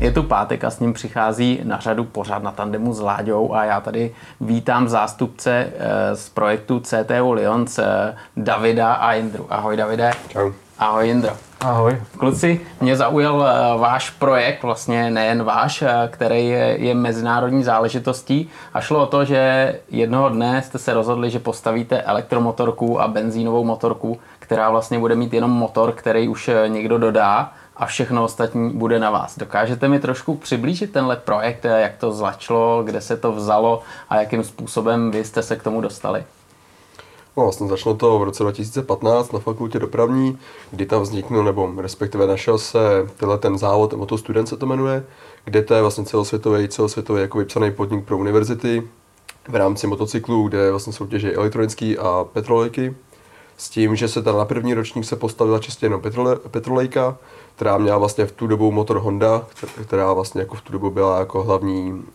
Je tu pátek a s ním přichází na řadu pořad Na tandemu s Láďou a já tady vítám zástupce z projektu CTU Lions Davida a Jindru. Ahoj Davide. Čau. Ahoj Jindro. Ahoj. Kluci, mě zaujal váš projekt, vlastně nejen váš, který je mezinárodní záležitostí a šlo o to, že jednoho dne jste se rozhodli, že postavíte elektromotorku a benzínovou motorku, která vlastně bude mít jenom motor, který už někdo dodá a všechno ostatní bude na vás. Dokážete mi trošku přiblížit tenhle projekt, jak to začalo, kde se to vzalo a jakým způsobem vy jste se k tomu dostali? No, vlastně začalo to v roce 2015 na fakultě dopravní, kdy tam vzniknul, nebo respektive našel se ten závod, Motostudent se to jmenuje, kde to je vlastně celosvětový jako vypsaný podnik pro univerzity v rámci motocyklů, kde vlastně soutěží elektronický a petrolejky. S tím, že se tam na první ročník se postavila čistě jenom petrolejka, která měla vlastně v tu dobu motor Honda, která vlastně jako v tu dobu byla jako hlavní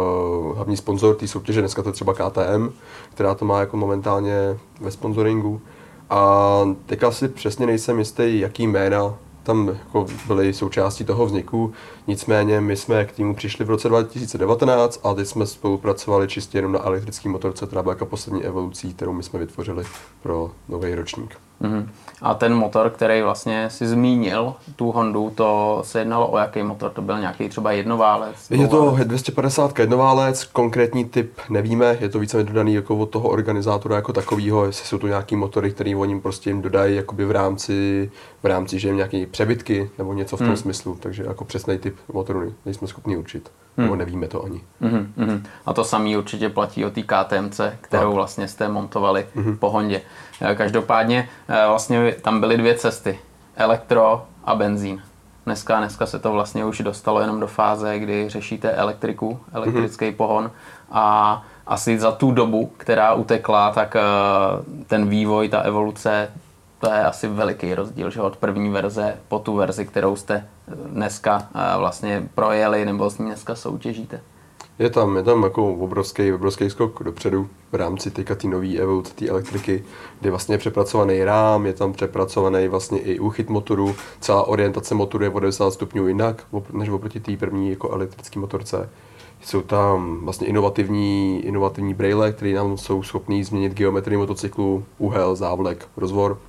sponzor té soutěže, dneska to je třeba KTM, která to má jako momentálně ve sponsoringu. A teď asi přesně nejsem jistý, jaký jména tam jako byly součástí toho vzniku, nicméně my jsme k týmu přišli v roce 2019 a teď jsme spolupracovali čistě jenom na elektrické motorce, která byla jako poslední evolucí, kterou my jsme vytvořili pro nový ročník. Mm-hmm. A ten motor, který vlastně si zmínil, tu Hondu, to se jednalo o jaký motor? To byl nějaký třeba jednoválec? Je to 250 jednoválec, konkrétní typ nevíme, je to více dodaný jako od toho organizátora jako takového, jestli jsou to nějaký motory, který oni prostě jim dodají jakoby v rámci, že jim nějaké přebytky nebo něco v tom smyslu, takže jako přesný typ motoru nejsme schopni určit, nebo nevíme to ani. A to samý určitě platí o té KTMC, kterou vlastně jste montovali po Hondě. Každopádně vlastně tam byly dvě cesty, elektro a benzín. Dneska se to vlastně už dostalo jenom do fáze, kdy řešíte elektrický pohon a asi za tu dobu, která utekla, tak ten vývoj, ta evoluce, to je asi veliký rozdíl, že od první verze po tu verzi, kterou jste dneska vlastně projeli nebo s ní dneska soutěžíte. Je tam jako obrovský skok dopředu v rámci teďka té nový evoluce té elektriky, kde vlastně je přepracovaný rám, je tam přepracovaný vlastně i úchyt motoru, celá orientace motoru je o 90 stupňů jinak, než oproti té první jako elektrické motorce. Jsou tam vlastně inovativní brejle, které nám jsou schopný změnit geometrii motocyklu, úhel, závlek, rozvor.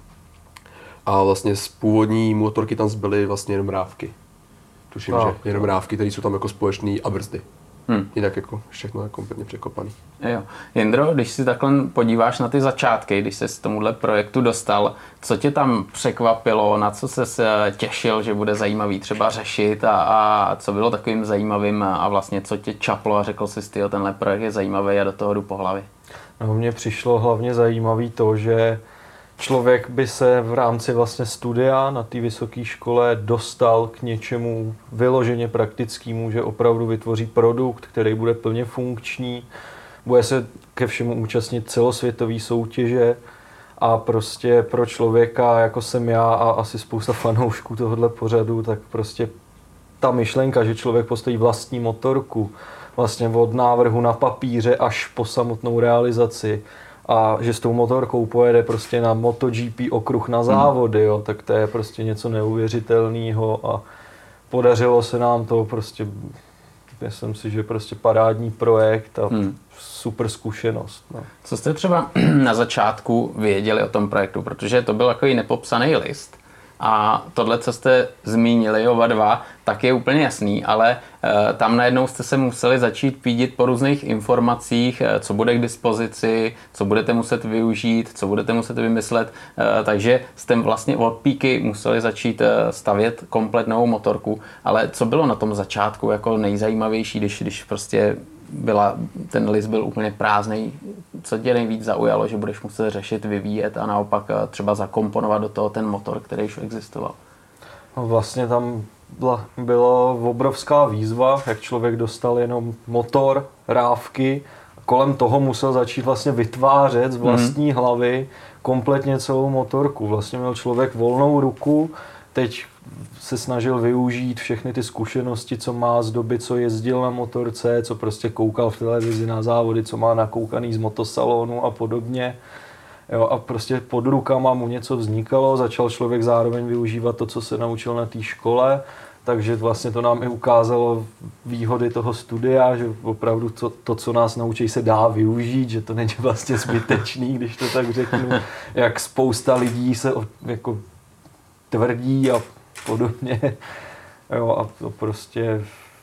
A vlastně z původní motorky tam zbyly vlastně jenom rávky. Tuším, že jenom rávky, které jsou tam jako společný a brzdy. Jinak jako všechno je kompletně překopaný. Jo. Jindro, když si takhle podíváš na ty začátky, když se z tomuhle projektu dostal, co tě tam překvapilo, na co ses těšil, že bude zajímavý třeba řešit a co bylo takovým zajímavým a vlastně co tě čaplo a řekl jsi, tyjo, tenhle projekt je zajímavý a do toho jdu po hlavě? No, mně přišlo hlavně zajímavý to, že člověk by se v rámci vlastně studia na té vysoké škole dostal k něčemu vyloženě praktickému, že opravdu vytvoří produkt, který bude plně funkční, bude se ke všemu účastnit celosvětové soutěže a prostě pro člověka, jako jsem já a asi spousta fanoušků tohohle pořadu, tak prostě ta myšlenka, že člověk postaví vlastní motorku, vlastně od návrhu na papíře až po samotnou realizaci, a že s tou motorkou pojede prostě na MotoGP okruh na závody, jo, tak to je prostě něco neuvěřitelného a podařilo se nám to prostě, myslím si, že prostě parádní projekt a super zkušenost. No. Co jste třeba na začátku věděli o tom projektu, protože to byl takový nepopsaný list a tohle, co jste zmínili oba dva, tak je úplně jasný, ale tam najednou jste se museli začít pídit po různých informacích, co bude k dispozici, co budete muset využít, co budete muset vymyslet, takže jste vlastně od píky museli začít stavět kompletnou motorku, ale co bylo na tom začátku jako nejzajímavější, když prostě ten list byl úplně prázdný, co tě nejvíc zaujalo, že budeš muset řešit, vyvíjet a naopak třeba zakomponovat do toho ten motor, který už existoval? Vlastně tam byla obrovská výzva, jak člověk dostal jenom motor, rávky, kolem toho musel začít vlastně vytvářet z vlastní hlavy kompletně celou motorku. Vlastně měl člověk volnou ruku, teď se snažil využít všechny ty zkušenosti, co má z doby, co jezdil na motorce, co prostě koukal v televizi na závody, co má nakoukaný z motosalonu a podobně. Jo, a prostě pod rukama mu něco vznikalo, začal člověk zároveň využívat to, co se naučil na té škole, takže vlastně to nám i ukázalo výhody toho studia, že opravdu to, co nás naučí, se dá využít, že to není vlastně zbytečný, když to tak řeknu, jak spousta lidí se jako tvrdí a podobně. Jo, a to prostě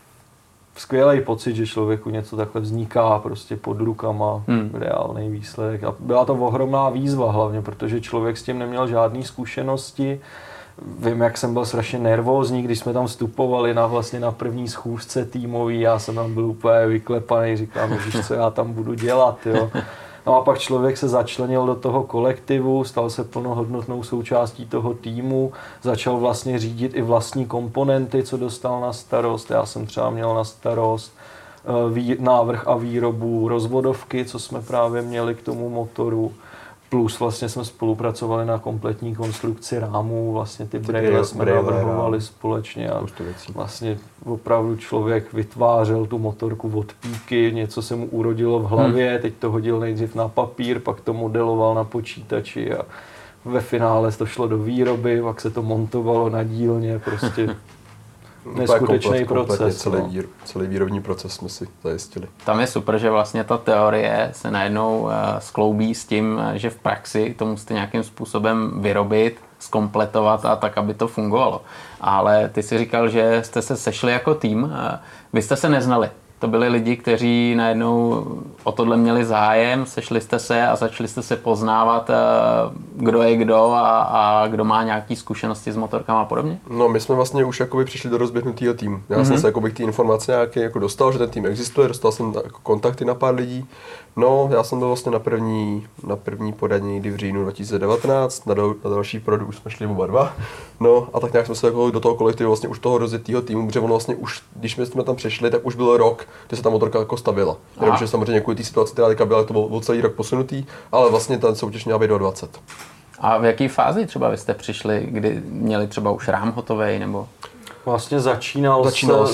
skvělý pocit, že člověku něco takhle vzniká prostě pod rukama, reálný výsledek. A byla to ohromná výzva hlavně, protože člověk s tím neměl žádné zkušenosti. Vím, jak jsem byl strašně nervózní, když jsme tam vstupovali na první schůzce týmový, já jsem tam byl úplně vyklepaný, říkám, víš, co já tam budu dělat, jo. No a pak člověk se začlenil do toho kolektivu, stal se plnohodnotnou součástí toho týmu, začal vlastně řídit i vlastní komponenty, co dostal na starost. Já jsem třeba měl na starost návrh a výrobu rozvodovky, co jsme právě měli k tomu motoru. Plus vlastně jsme spolupracovali na kompletní konstrukci rámů, vlastně ty brejle jsme navrhovali společně a vlastně opravdu člověk vytvářel tu motorku od píky, něco se mu urodilo v hlavě, teď to hodil nejdřív na papír, pak to modeloval na počítači a ve finále to šlo do výroby, pak se to montovalo na dílně, prostě neskutečný proces. Celý výrobní proces jsme si zajistili. Tam je super, že vlastně ta teorie se najednou skloubí s tím, že v praxi to musíte nějakým způsobem vyrobit, zkompletovat a tak, aby to fungovalo. Ale ty si říkal, že jste se sešli jako tým, vy jste se neznali. To byli lidi, kteří najednou o tohle měli zájem, sešli jste se a začali jste se poznávat, kdo je kdo a kdo má nějaké zkušenosti s motorkama a podobně? No, my jsme vlastně už jakoby přišli do rozběhnutého týmu. Já jsem se jakoby ty informace nějaké jako dostal, že ten tým existuje, dostal jsem jako kontakty na pár lidí. No, já jsem byl vlastně na první poradní někdy v říjnu 2019, na další poradu už jsme šli oba dva. No, a tak nějak jsme se jako do toho kolektivu vlastně už toho rozjetého týmu, protože ono vlastně už, když jsme tam přešli, tak už byl rok, kdy se ta motorka jako stavila. Jenomže samozřejmě kvůli té situaci, která teďka byla, to byl celý rok posunutý, ale vlastně ten soutěž měla být do 20. A v jaké fázi třeba vy jste přišli, kdy měli třeba už rám hotovej, nebo? Vlastně začínal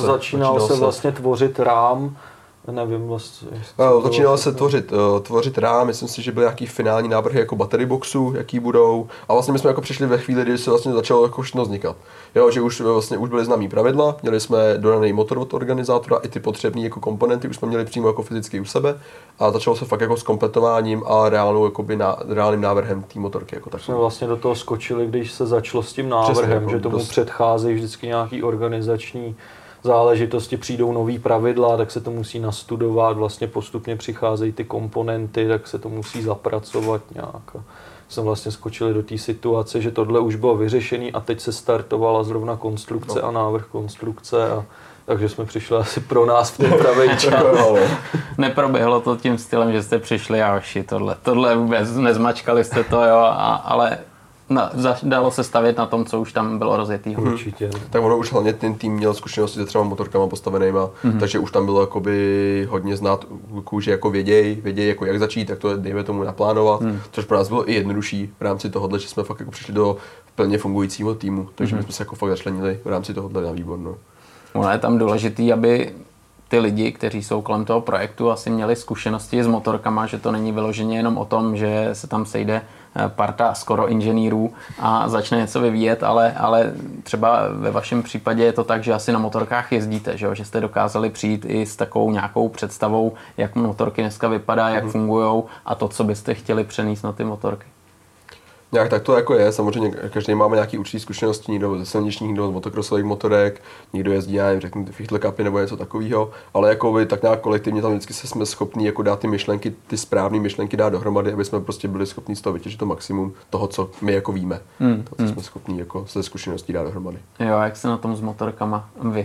se vlastně tvořit rám. Nevím vlastně. Začínalo se tvořit rám, myslím si, že byly nějaký finální návrhy jako battery boxu, jaký budou. A vlastně my jsme jako přišli ve chvíli, kdy se vlastně začalo jako všechno vznikat. Jo, že už byly známý pravidla, měli jsme dodaný motor od organizátora, i ty potřebné jako komponenty už jsme měli přímo jako fyzicky u sebe a začalo se fakt jako s kompletováním a reálným návrhem té motorky jako tak. Jsme vlastně do toho skočili, když se začalo s tím návrhem, přesně, jako že tomu předcházejí vždycky nějaký organizační záležitosti, přijdou nový pravidla, tak se to musí nastudovat, vlastně postupně přicházejí ty komponenty, tak se to musí zapracovat nějak. Jsme vlastně skočili do té situace, že tohle už bylo vyřešený a teď se startovala zrovna konstrukce a návrh konstrukce takže jsme přišli asi pro nás v ten pravý čas. Neproběhlo to tím stylem, že jste přišli a tohle vůbec nezmačkali jste to, jo, ale dalo se stavět na tom, co už tam bylo rozjetýho. Určitě. Tak ono už hlavně ten tým měl zkušenosti se třeba motorkama postavenýma, takže už tam bylo jakoby hodně znát kluků, že jako vědějí jako jak začít, tak to dejme tomu naplánovat, což pro nás bylo i jednodušší v rámci tohohle, že jsme fakt jako přišli do plně fungujícího týmu, takže my jsme se jako fakt začlenili v rámci tohohle na výbor. No. Ono je tam důležitý, aby ty lidi, kteří jsou kolem toho projektu, asi měli zkušenosti s motorkama, že to není vyloženě jenom o tom, že se tam sejde parta skoro inženýrů a začne něco vyvíjet, ale třeba ve vašem případě je to tak, že asi na motorkách jezdíte, že jste dokázali přijít i s takovou nějakou představou, jak motorky dneska vypadá, jak fungujou a to, co byste chtěli přenést na ty motorky. Nějak tak to jako je, samozřejmě každý máme nějaký určitý zkušenosti, někdo ze silničních, někdo z motokrosových motorek, někdo jezdí, já nevím, řeknu ty fichtle kapy nebo něco takového, ale jako by tak nějak kolektivně tam vždycky jsme schopní jako dát ty myšlenky, ty správné myšlenky dát dohromady, aby jsme prostě byli schopni z toho vytěžit to maximum toho, co my jako víme, to, co jsme schopní jako ze zkušeností dát dohromady. Jo, jak se na tom s motorkama vy?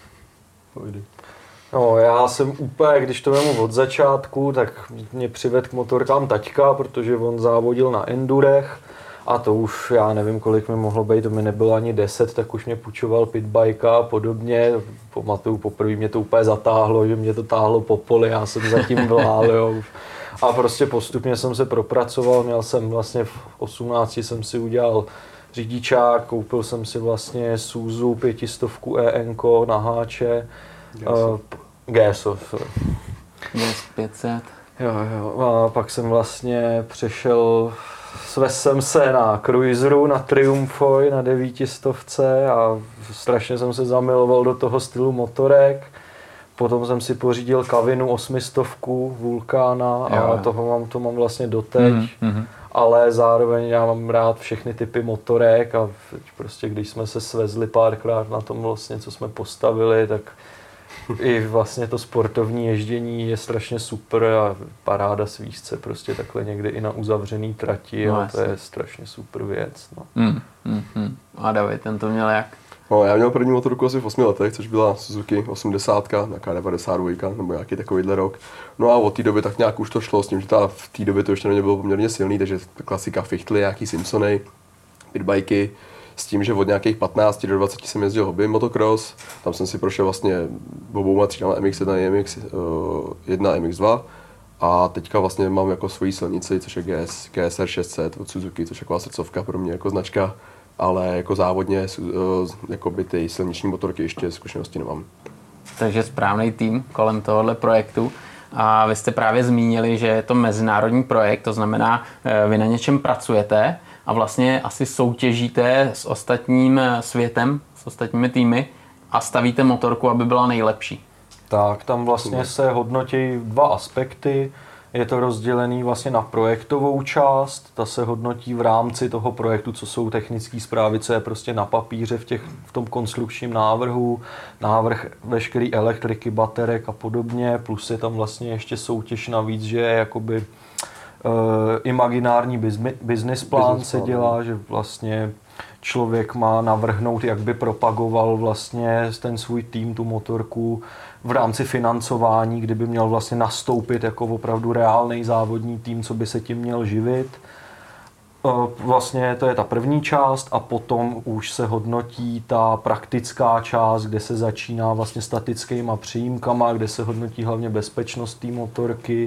No, já jsem úplně, když to vemu od začátku, tak mě přivedl k motorkám taťka, protože on závodil na endurech a to už, já nevím, kolik mi mohlo být, to mi nebylo ani 10, tak už mě půjčoval pitbike a podobně. Pamatuju, poprvé mě to úplně zatáhlo, že mě to táhlo po poli, já jsem zatím vlál, jo. A prostě postupně jsem se propracoval, měl jsem vlastně v 18 jsem si udělal řidičák, koupil jsem si vlastně Suzu 500 EN na háče. GSO. GS 500. Jo. A pak jsem vlastně přešel Svezl jsem se na cruiseru, na Triumphoj, na 900 a strašně jsem se zamiloval do toho stylu motorek. Potom jsem si pořídil Kavinu 800 Vulkána a to mám vlastně doteď. Ale zároveň já mám rád všechny typy motorek a prostě když jsme se svezli párkrát na tom vlastně, co jsme postavili, tak i vlastně to sportovní ježdění je strašně super a paráda svízt se prostě takhle někdy i na uzavřený trati a to je strašně super věc. No. A David, ten to měl jak? No, já měl první motorku asi v 8 letech, což byla Suzuki 80, nějaká 92, nebo nějaký takovýhle rok. No a od té doby tak nějak už to šlo s tím, že v té době to ještě na mě bylo poměrně silný, takže klasika Fichtly, nějaký Simpsony, pitbajky, s tím, že od nějakých 15 do 20 jsem jezdil hobby motocross, tam jsem si prošel vlastně obouma třídama MX1 a MX1 a MX2 a teďka vlastně mám jako svoji silnici, což je GSR 600 od Suzuki, což je taková srdcovka pro mě jako značka. Ale jako závodně jakoby ty silniční motorky ještě zkušenosti nemám. Takže správný tým kolem tohohle projektu. A vy jste právě zmínili, že je to mezinárodní projekt, to znamená, vy na něčem pracujete a vlastně asi soutěžíte s ostatním světem, s ostatními týmy a stavíte motorku, aby byla nejlepší. Tak, tam vlastně se hodnotí dva aspekty. Je to rozdělený vlastně na projektovou část, ta se hodnotí v rámci toho projektu, co jsou technické zprávy, co je prostě na papíře v tom konstrukčním návrhu, návrh veškerý elektriky, baterek a podobně, plus je tam vlastně ještě soutěž navíc, že je jakoby imaginární business plán se dělá, že vlastně člověk má navrhnout, jak by propagoval vlastně ten svůj tým, tu motorku v rámci financování, kdyby měl vlastně nastoupit jako opravdu reálný závodní tým, co by se tím měl živit. Vlastně to je ta první část a potom už se hodnotí ta praktická část, kde se začíná vlastně statickýma přijímkama, kde se hodnotí hlavně bezpečnost té motorky,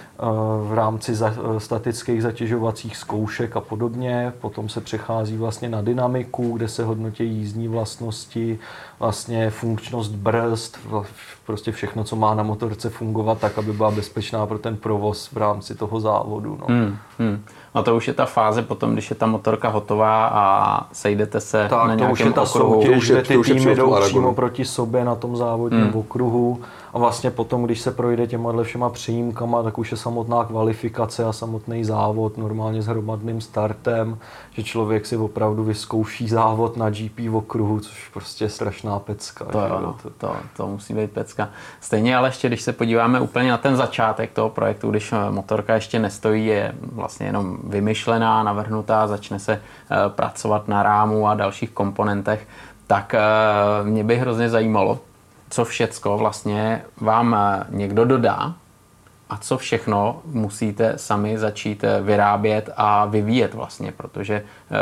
v rámci statických zatěžovacích zkoušek a podobně. Potom se přechází vlastně na dynamiku, kde se hodnotí jízdní vlastnosti, vlastně funkčnost brzd, prostě všechno, co má na motorce fungovat tak, aby byla bezpečná pro ten provoz v rámci toho závodu. No. A to už je ta fáze potom, když je ta motorka hotová a sejdete se tak, na nějakém okruhu. Tak to už je ta soutěž, kde ty týmy jdou přímo proti sobě na tom závodním okruhu. A vlastně potom, když se projde těma všema přijímkama, tak už je samotná kvalifikace a samotný závod normálně s hromadným startem, že člověk si opravdu vyzkouší závod na GP v okruhu, což prostě je strašná pecka. To musí být pecka. Stejně ale ještě, když se podíváme úplně na ten začátek toho projektu, když motorka ještě nestojí, je vlastně jenom vymyšlená, navrhnutá, začne se pracovat na rámu a dalších komponentech, tak mě by hrozně zajímalo, co všecko vlastně vám někdo dodá a co všechno musíte sami začít vyrábět a vyvíjet vlastně, protože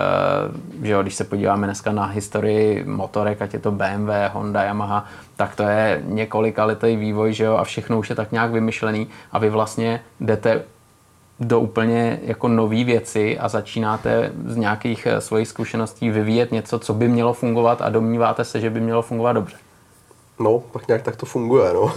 že jo, když se podíváme dneska na historii motorek, ať je to BMW, Honda, Yamaha, tak to je několikaletý vývoj, že jo, a všechno už je tak nějak vymyšlený a vy vlastně jdete do úplně jako nový věci a začínáte z nějakých svojich zkušeností vyvíjet něco, co by mělo fungovat a domníváte se, že by mělo fungovat dobře. No, tak nějak tak to funguje, no.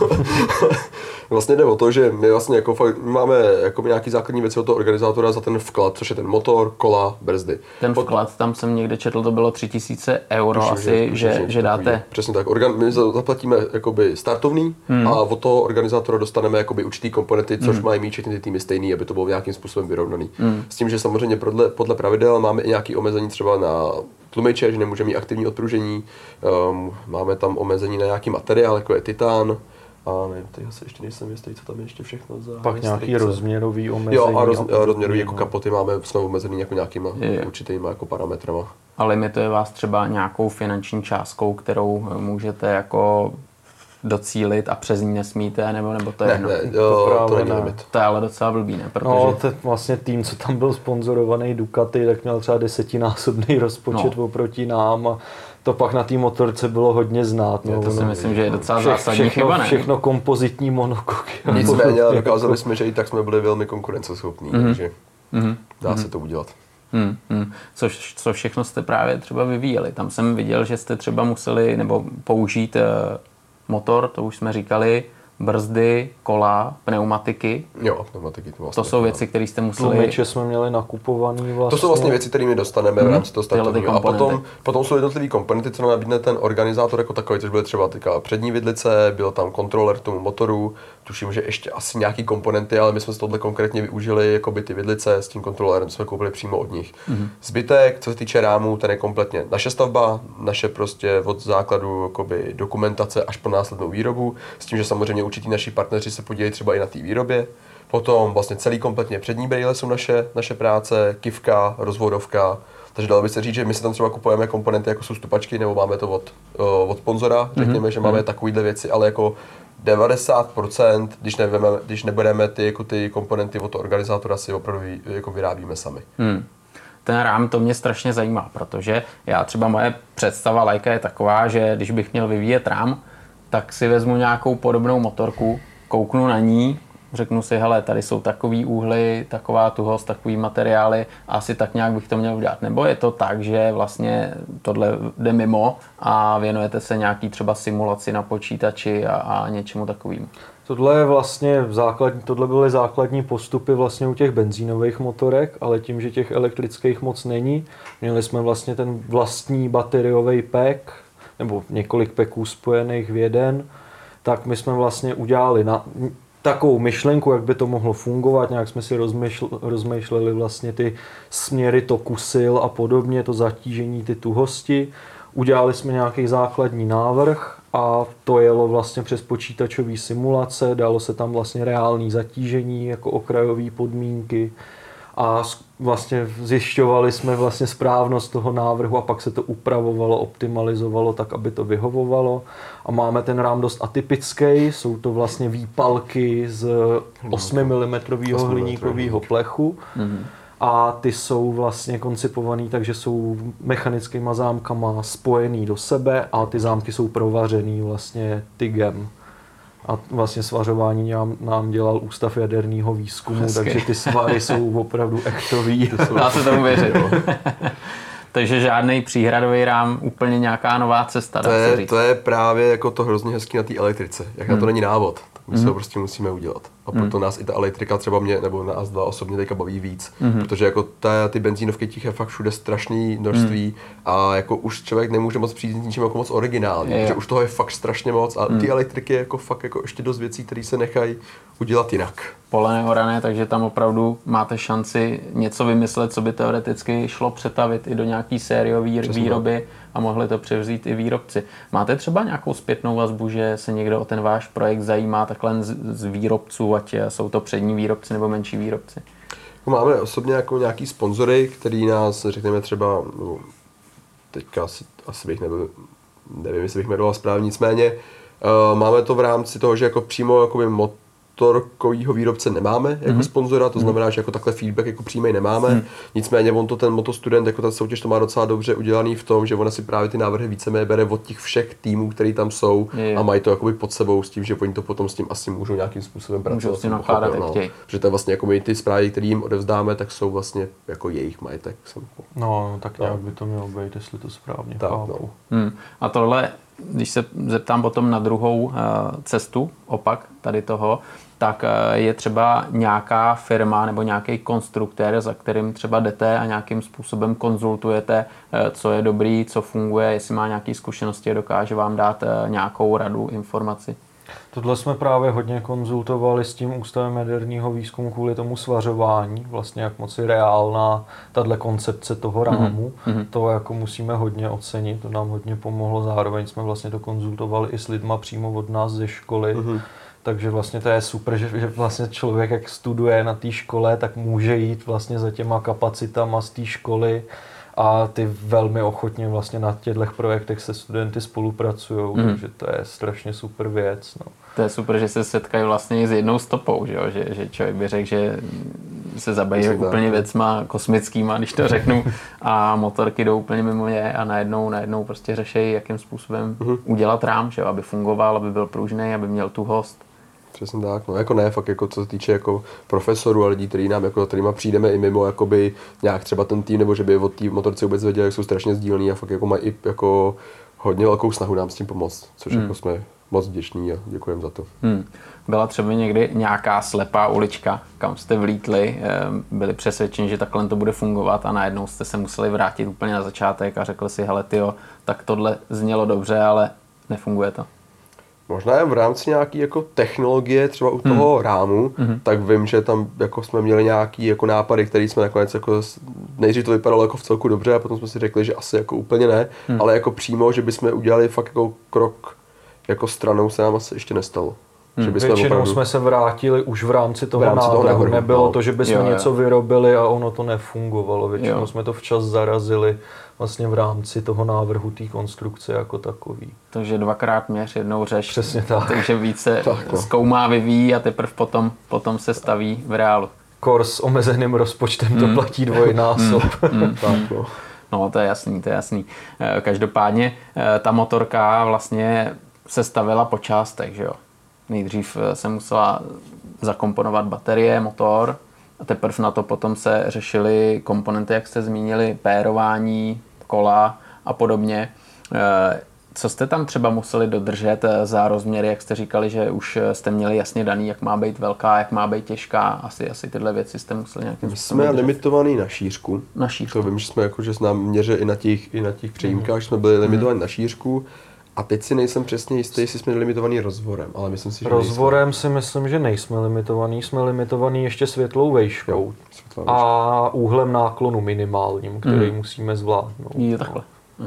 Vlastně jde o to, že my vlastně jako máme jako nějaký základní věci od toho organizátora za ten vklad, což je ten motor, kola, brzdy. Ten vklad, tam jsem někde četl, to bylo 3000 euro asi, že dáte. Přesně tak, my zaplatíme jakoby startovný a od toho organizátora dostaneme jakoby určitý komponenty, což mají mít všechny ty týmy stejný, aby to bylo nějakým způsobem vyrovnaný. S tím, že samozřejmě podle pravidel máme i nějaké omezení třeba na tlumiče, že nemůže mít aktivní odpružení, máme tam omezení na nějaký materiál, jako je titán, a nevím, teď se ještě nejsem jistý, co tam je ještě všechno za pak nějaký rozměrový omezení. Jo, a rozměrový jako kapoty máme jsme omezený jako nějakýma určitýma jako parametrama. A limituje vás třeba nějakou finanční částkou, kterou můžete jako docílit a přes ní nesmíte, nebo to je jedno? To není limit. To je ale docela blbý, ne? Protože... No, to vlastně tým, co tam byl sponzorovaný Ducati, tak měl třeba 10násobný rozpočet oproti nám a to pak na té motorce bylo hodně znát. No, to si myslím, že je docela zásadní chyba, ne? Všechno kompozitní monokoky. Nicméně dokázali jsme, že i tak jsme byli velmi konkurenceschopní, takže dá se to udělat. Co všechno jste právě třeba vyvíjeli? Tam jsem viděl, že jste třeba museli nebo použít motor, to už jsme říkali, brzdy, kola, pneumatiky. Jo, pneumatiky to vlastně. To jsou věci, které jste museli... Tlumiče jsme měli nakupovaný vlastně. To jsou vlastně věci, které my dostaneme v rámci toho startovního. A potom jsou jednotlivý komponenty, co nám nabídne ten organizátor jako takový, což byly třeba přední vidlice, byl tam kontroler k tomu motoru, tuším, že ještě asi nějaký komponenty, ale my jsme z tohle konkrétně využili jakoby ty vidlice s tím kontrolerem, jsme koupili přímo od nich. Zbytek, co se týče rámu, ten je kompletně naše stavba, naše prostě od základu jakoby dokumentace až po následnou výrobu, s tím, že samozřejmě určitý naši partneři se podílejí třeba i na té výrobě. Potom vlastně celý kompletně přední brýle jsou naše práce, kivka, rozvodovka. Takže dalo by se říct, že my si tam třeba kupujeme komponenty, jako jsou stupačky, nebo máme to od sponzora, řekněme, že máme takovýhle věci, ale jako 90%, když nebereme ty komponenty od organizátora, si opravdu jako vyrábíme sami. Ten rám, to mě strašně zajímá, protože já třeba moje představa lajka je taková, že když bych měl vyvíjet rám, tak si vezmu nějakou podobnou motorku, kouknu na ní, řeknu si, hele, tady jsou takový úhly, taková tuhost, takový materiály, asi tak nějak bych to měl udělat. Nebo je to tak, že vlastně tohle jde mimo a věnujete se nějaký třeba simulaci na počítači a něčemu takovým? Tohle byly základní postupy vlastně u těch benzínových motorek, ale tím, že těch elektrických moc není, měli jsme vlastně ten vlastní bateriový pack, nebo několik packů spojených v jeden, tak my jsme vlastně udělali takovou myšlenku, jak by to mohlo fungovat, nějak jsme si rozmýšleli vlastně ty směry toku sil a podobně, to zatížení, ty tuhosti. Udělali jsme nějaký základní návrh a to jelo vlastně přes počítačové simulace, dalo se tam vlastně reální zatížení jako okrajové podmínky a vlastně zjišťovali jsme vlastně správnost toho návrhu a pak se to upravovalo, optimalizovalo tak, aby to vyhovovalo. A máme ten rám dost atypický, jsou to vlastně výpalky z 8 mm hliníkového plechu. A ty jsou vlastně koncipovaný, takže jsou mechanickýma zámkama spojený do sebe a ty zámky jsou provařený vlastně TIGem. A vlastně svařování nám dělal Ústav jaderného výzkumu, takže ty svary jsou opravdu echtový. Dá se tomu věřit. Takže žádný příhradový rám, úplně nějaká nová cesta, dá se říct. To je právě jako to hrozně hezký na té elektrice. Jak na to není návod, tak my se to prostě musíme udělat. A proto nás i ta elektrika třeba mě, nebo nás dva osobně teďka baví víc. Protože jako ty benzínovky těch je fakt všude strašný množství a jako už člověk nemůže moc přijít s ničím jako moc originální. Protože už toho je fakt strašně moc a ty elektriky je jako fakt jako ještě dost věcí, které se nechají udělat jinak. Pole neorané, takže tam opravdu máte šanci něco vymyslet, co by teoreticky šlo přetavit i do nějaký sériové výroby a mohli to převzít i výrobci. Máte třeba nějakou zpětnou vazbu, že se někdo o ten váš projekt zajímá takhle z výrobců, ať jsou to přední výrobci nebo menší výrobci? Máme osobně jako nějaký sponzory, který nás, řekněme třeba, teďka asi bych nevím, jestli bych jmenoval správně, nicméně máme to v rámci toho, že jako přímo jakoby motorkovýho výrobce nemáme jako sponzora, to znamená, že jako takhle feedback jako přímý nemáme. Nicméně ten Motostudent, jako ta soutěž to má docela dobře udělaný v tom, že ona si právě ty návrhy víceméně bere od těch všech týmů, který tam jsou a mají to jakoby pod sebou s tím, že oni to potom s tím asi můžou nějakým způsobem pracovat. Můžou s tím nakládat, jak chtějí. Protože to je vlastně jako my ty zprávy, které jim odevzdáme, tak jsou vlastně jako jejich majetek. Tak nějak by to mělo být, jestli to správně chápu. A tohle, když se zeptám potom na druhou cestu, opak tady toho, tak je třeba nějaká firma nebo nějaký konstruktér, za kterým třeba jdete a nějakým způsobem konzultujete, co je dobrý, co funguje, jestli má nějaké zkušenosti a dokáže vám dát nějakou radu, informaci. Tohle jsme právě hodně konzultovali s tím Ústavem jaderného výzkumu kvůli tomu svařování, vlastně jak moc je reálná tahle koncepce toho rámu. To jako musíme hodně ocenit, to nám hodně pomohlo, zároveň jsme vlastně to konzultovali i s lidma přímo od nás ze školy. Takže vlastně to je super, že vlastně člověk, jak studuje na té škole, tak může jít vlastně za těma kapacitama z té školy a ty velmi ochotně vlastně na těchto projektech se studenty spolupracují, takže to je strašně super věc. No. To je super, že se setkají vlastně i s jednou stopou, že člověk by řekl, že se zabývají úplně věcma kosmickýma, když to řeknu, a motorky jdou úplně mimo ně a najednou prostě řeší, jakým způsobem udělat rám, že? Aby fungoval, aby byl pružný, aby měl tu host. Přesně tak, no jako ne, fakt jako co se týče jako profesorů a lidí, kterýma přijdeme i mimo jakoby nějak třeba ten tým, nebo že by od té motorce vůbec věděli, jak jsou strašně sdílní a fakt jako mají i jako hodně velkou snahu nám s tím pomoct, což jako jsme moc vděčný a děkujeme za to. Byla třeba někdy nějaká slepá ulička, kam jste vlítli, byli přesvědčeni, že takhle to bude fungovat a najednou jste se museli vrátit úplně na začátek a řekli si, hele tyjo, tak tohle znělo dobře, ale nefunguje to. Možná v rámci nějaký jako technologie, třeba u toho rámu, tak vím, že tam jako jsme měli nějaký jako nápady, které jsme nakonec jako nejdřív to vypadalo jako v celku dobře a potom jsme si řekli, že asi jako úplně ne, ale jako přímo, že bychom udělali fakt jako krok jako stranou, se nám asi ještě nestalo. Že bychom Většinou opravdu... jsme se vrátili už v rámci toho návrhu. Nebylo to, že bychom něco vyrobili a ono to nefungovalo. Většinou jsme to včas zarazili vlastně v rámci toho návrhu té konstrukce jako takový. Takže 2x měř, jednou řeš. Přesně tak. Takže více zkoumá, vyvíjí a teprve potom se staví v reálu. Kor s omezeným rozpočtem to platí dvojnásob. No, to je jasný. Každopádně ta motorka vlastně se stavila po částech, že jo? Nejdřív se musela zakomponovat baterie, motor a teprve na to potom se řešily komponenty, jak jste zmínili, pérování, kola a podobně. Co jste tam třeba museli dodržet za rozměry, jak jste říkali, že už jste měli jasně daný, jak má být velká, jak má být těžká, asi tyhle věci jste museli nějakým způsobem jsme limitovaný na šířku. Na šířku. To vím, že jsme jako, že nám měřili i na těch přejímkách, že jsme byli limitovaní na šířku. A teď si nejsem přesně jistý, jestli jsme limitovaný rozvorem, ale myslím si, že rozvorem si myslím, že nejsme limitovaný. Jsme limitovaný ještě světlou vejškou a úhlem náklonu minimálním, který musíme zvládnout. Je takhle.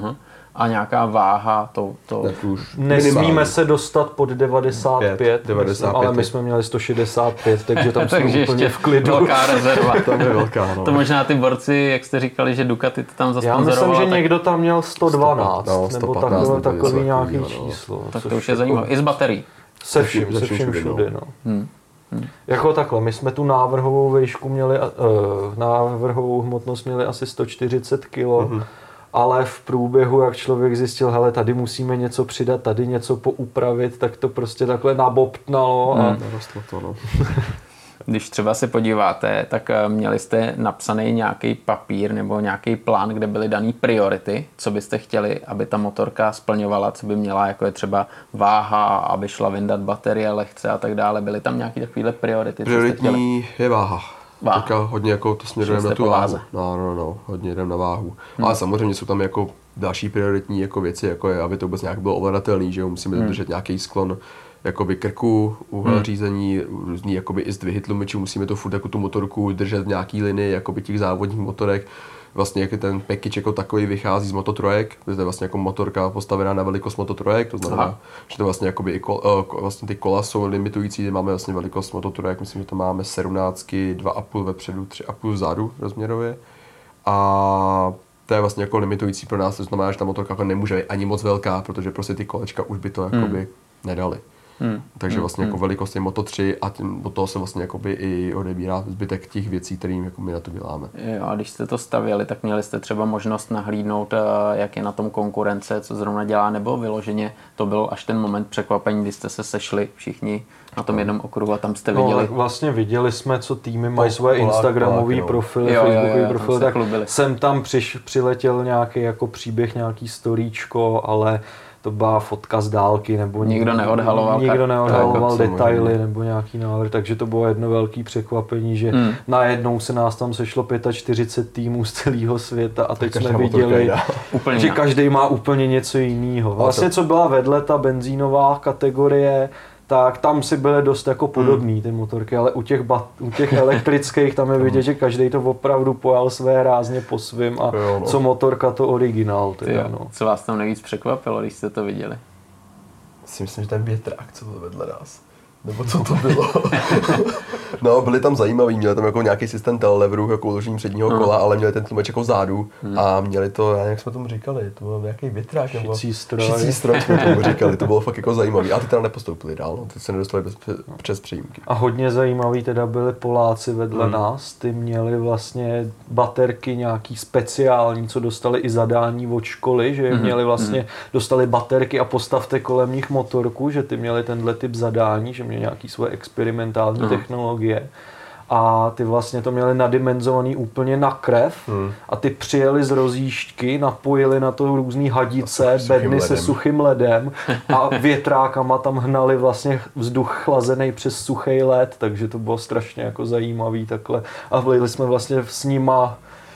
A nějaká váha, to... Nesmíme se dostat pod 95, ale my jsme měli 165, takže tam jsme úplně v klidu. Velká rezerva. Tam je velká, no. To možná ty borci, jak jste říkali, že Ducati to tam zasponzorovala. Já myslím, že někdo tam měl 112, nebo takový nějaký číslo. Tak to už je zajímavé. I s baterií. Se vším všude, no. Jako takhle, my jsme tu návrhovou výšku měli, návrhovou hmotnost měli asi 140 kg. Ale v průběhu, jak člověk zjistil, hele, tady musíme něco přidat, tady něco poupravit, tak to prostě takhle nabobtnalo a narostlo to, no. Když třeba se podíváte, tak měli jste napsaný nějaký papír nebo nějaký plán, kde byly daný priority, co byste chtěli, aby ta motorka splňovala, co by měla, jako je třeba váha, aby šla vyndat baterie lehce a tak dále. Byly tam nějaké takovéhle priority? Prioritní je váha. Teďka hodně jako to směrujeme na tu váhu. No, hodně jdem na váhu. Ale samozřejmě jsou tam jako další prioritní jako věci, jako je, aby to vůbec nějak bylo ovladatelný, že jo, musíme dodržet nějaký sklon jakoby krku, úhel řízení, různý jakoby i zdvihy tlumičů, musíme to furt jako tu motorku držet v nějaký linii jakoby těch závodních motorek. Vlastně jak ten package jako takový vychází z Moto3, to je vlastně jako motorka postavená na velikost Moto3, to znamená, že to vlastně jakoby i vlastně ty kola jsou limitující, máme vlastně velikost Moto3, myslím, že to máme 17, 2,5 vepředu, 3,5 vzadu rozměrově. A to je vlastně jako limitující pro nás, to znamená, že ta motorka jako nemůže být ani moc velká, protože prostě ty kolečka už by to jakoby nedali. Takže vlastně jako velikost je Moto3 a od toho se vlastně jakoby i odebírá zbytek těch věcí, kterým jako my na to děláme. Jo, a když jste to stavěli, tak měli jste třeba možnost nahlídnout, jak je na tom konkurence, co zrovna dělá, nebo vyloženě to byl až ten moment překvapení, kdy jste se sešli všichni na tom jednom okruhu a tam jste viděli. No, vlastně viděli jsme, co týmy mají své instagramový profily, facebookový profily, tak jsem tam přiletěl nějaký jako příběh, nějaký storíčko, ale to byla fotka z dálky, nebo nikdo neodhaloval detaily nebo nějaký návrh, takže to bylo jedno velké překvapení, že najednou se nás tam sešlo 45 týmů z celého světa a teď jsme viděli, že každý má úplně něco jiného. Vlastně co byla vedle ta benzínová kategorie, tak tam si byly dost jako podobný ty motorky, ale u těch elektrických tam je vidět, že každý to opravdu pojal své rázně po svým a co motorka to originál. Co vás tam nejvíc překvapilo, když jste to viděli? Si myslím, že ten větrák, co byl vedle nás. Nebo co to bylo? No, byli tam zajímaví, měli tam jako nějaký systém teleleveru, jako uložení předního kola, ale měli ten tlumeč jako vzadu a měli to, jak jsme tomu říkali, to byl nějaký větrák nebo šicí stroj jsme tomu říkali, to bylo fakt jako zajímavý. A ty teda nepostoupili dál, no, ty se nedostali přes přejímky. A hodně zajímavý teda byli Poláci vedle nás, ty měli vlastně baterky nějaký speciální, co dostali i zadání od školy, že měli vlastně, dostali baterky a postavte kolem nich motorku, že ty měli tenhle typ zadání, že měli nějaký svoje experimentální technologie. a ty vlastně to měli nadimenzovaný úplně na krev a ty přijeli z rozjížďky, napojili na to různý hadice, bedny se suchým ledem a větrákama tam hnali vlastně vzduch chlazený přes suchý led, takže to bylo strašně jako zajímavý takhle a byli jsme vlastně s nima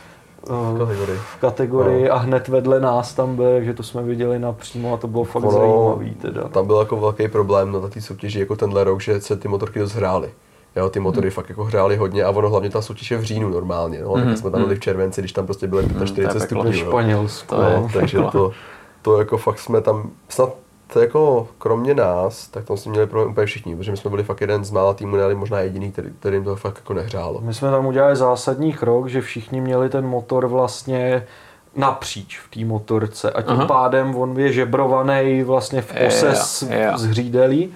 v kategorii a hned vedle nás tam byl, takže to jsme viděli napřímo a to bylo fakt zajímavý teda. Tam byl jako velký problém na té soutěži jako tenhle rok, že se ty motorky dost hrály. Jo, ty motory fakt jako hrály hodně a ono hlavně ta soutěž je v říjnu normálně, no, tak jsme tam byli v červenci, když tam prostě byly 45 stupňů. Španělsku, takže to jako fakt jsme tam, snad to jako kromě nás, tak tam jsme měli problém úplně všichni, protože my jsme byli fakt jeden z mála týmů, ale možná jediný, kterým to fakt jako nehřálo. My jsme tam udělali zásadní krok, že všichni měli ten motor vlastně napříč v té motorce a tím pádem on je žebrovaný vlastně v ose z hřídelí.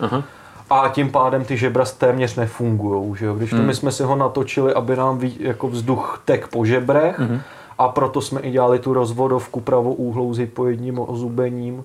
A tím pádem ty žebra téměř nefungujou, že jo? Když to my jsme si ho natočili, aby nám jako vzduch tek po žebrech a proto jsme i dělali tu rozvodovku pravouhlou s hypoidním ozubením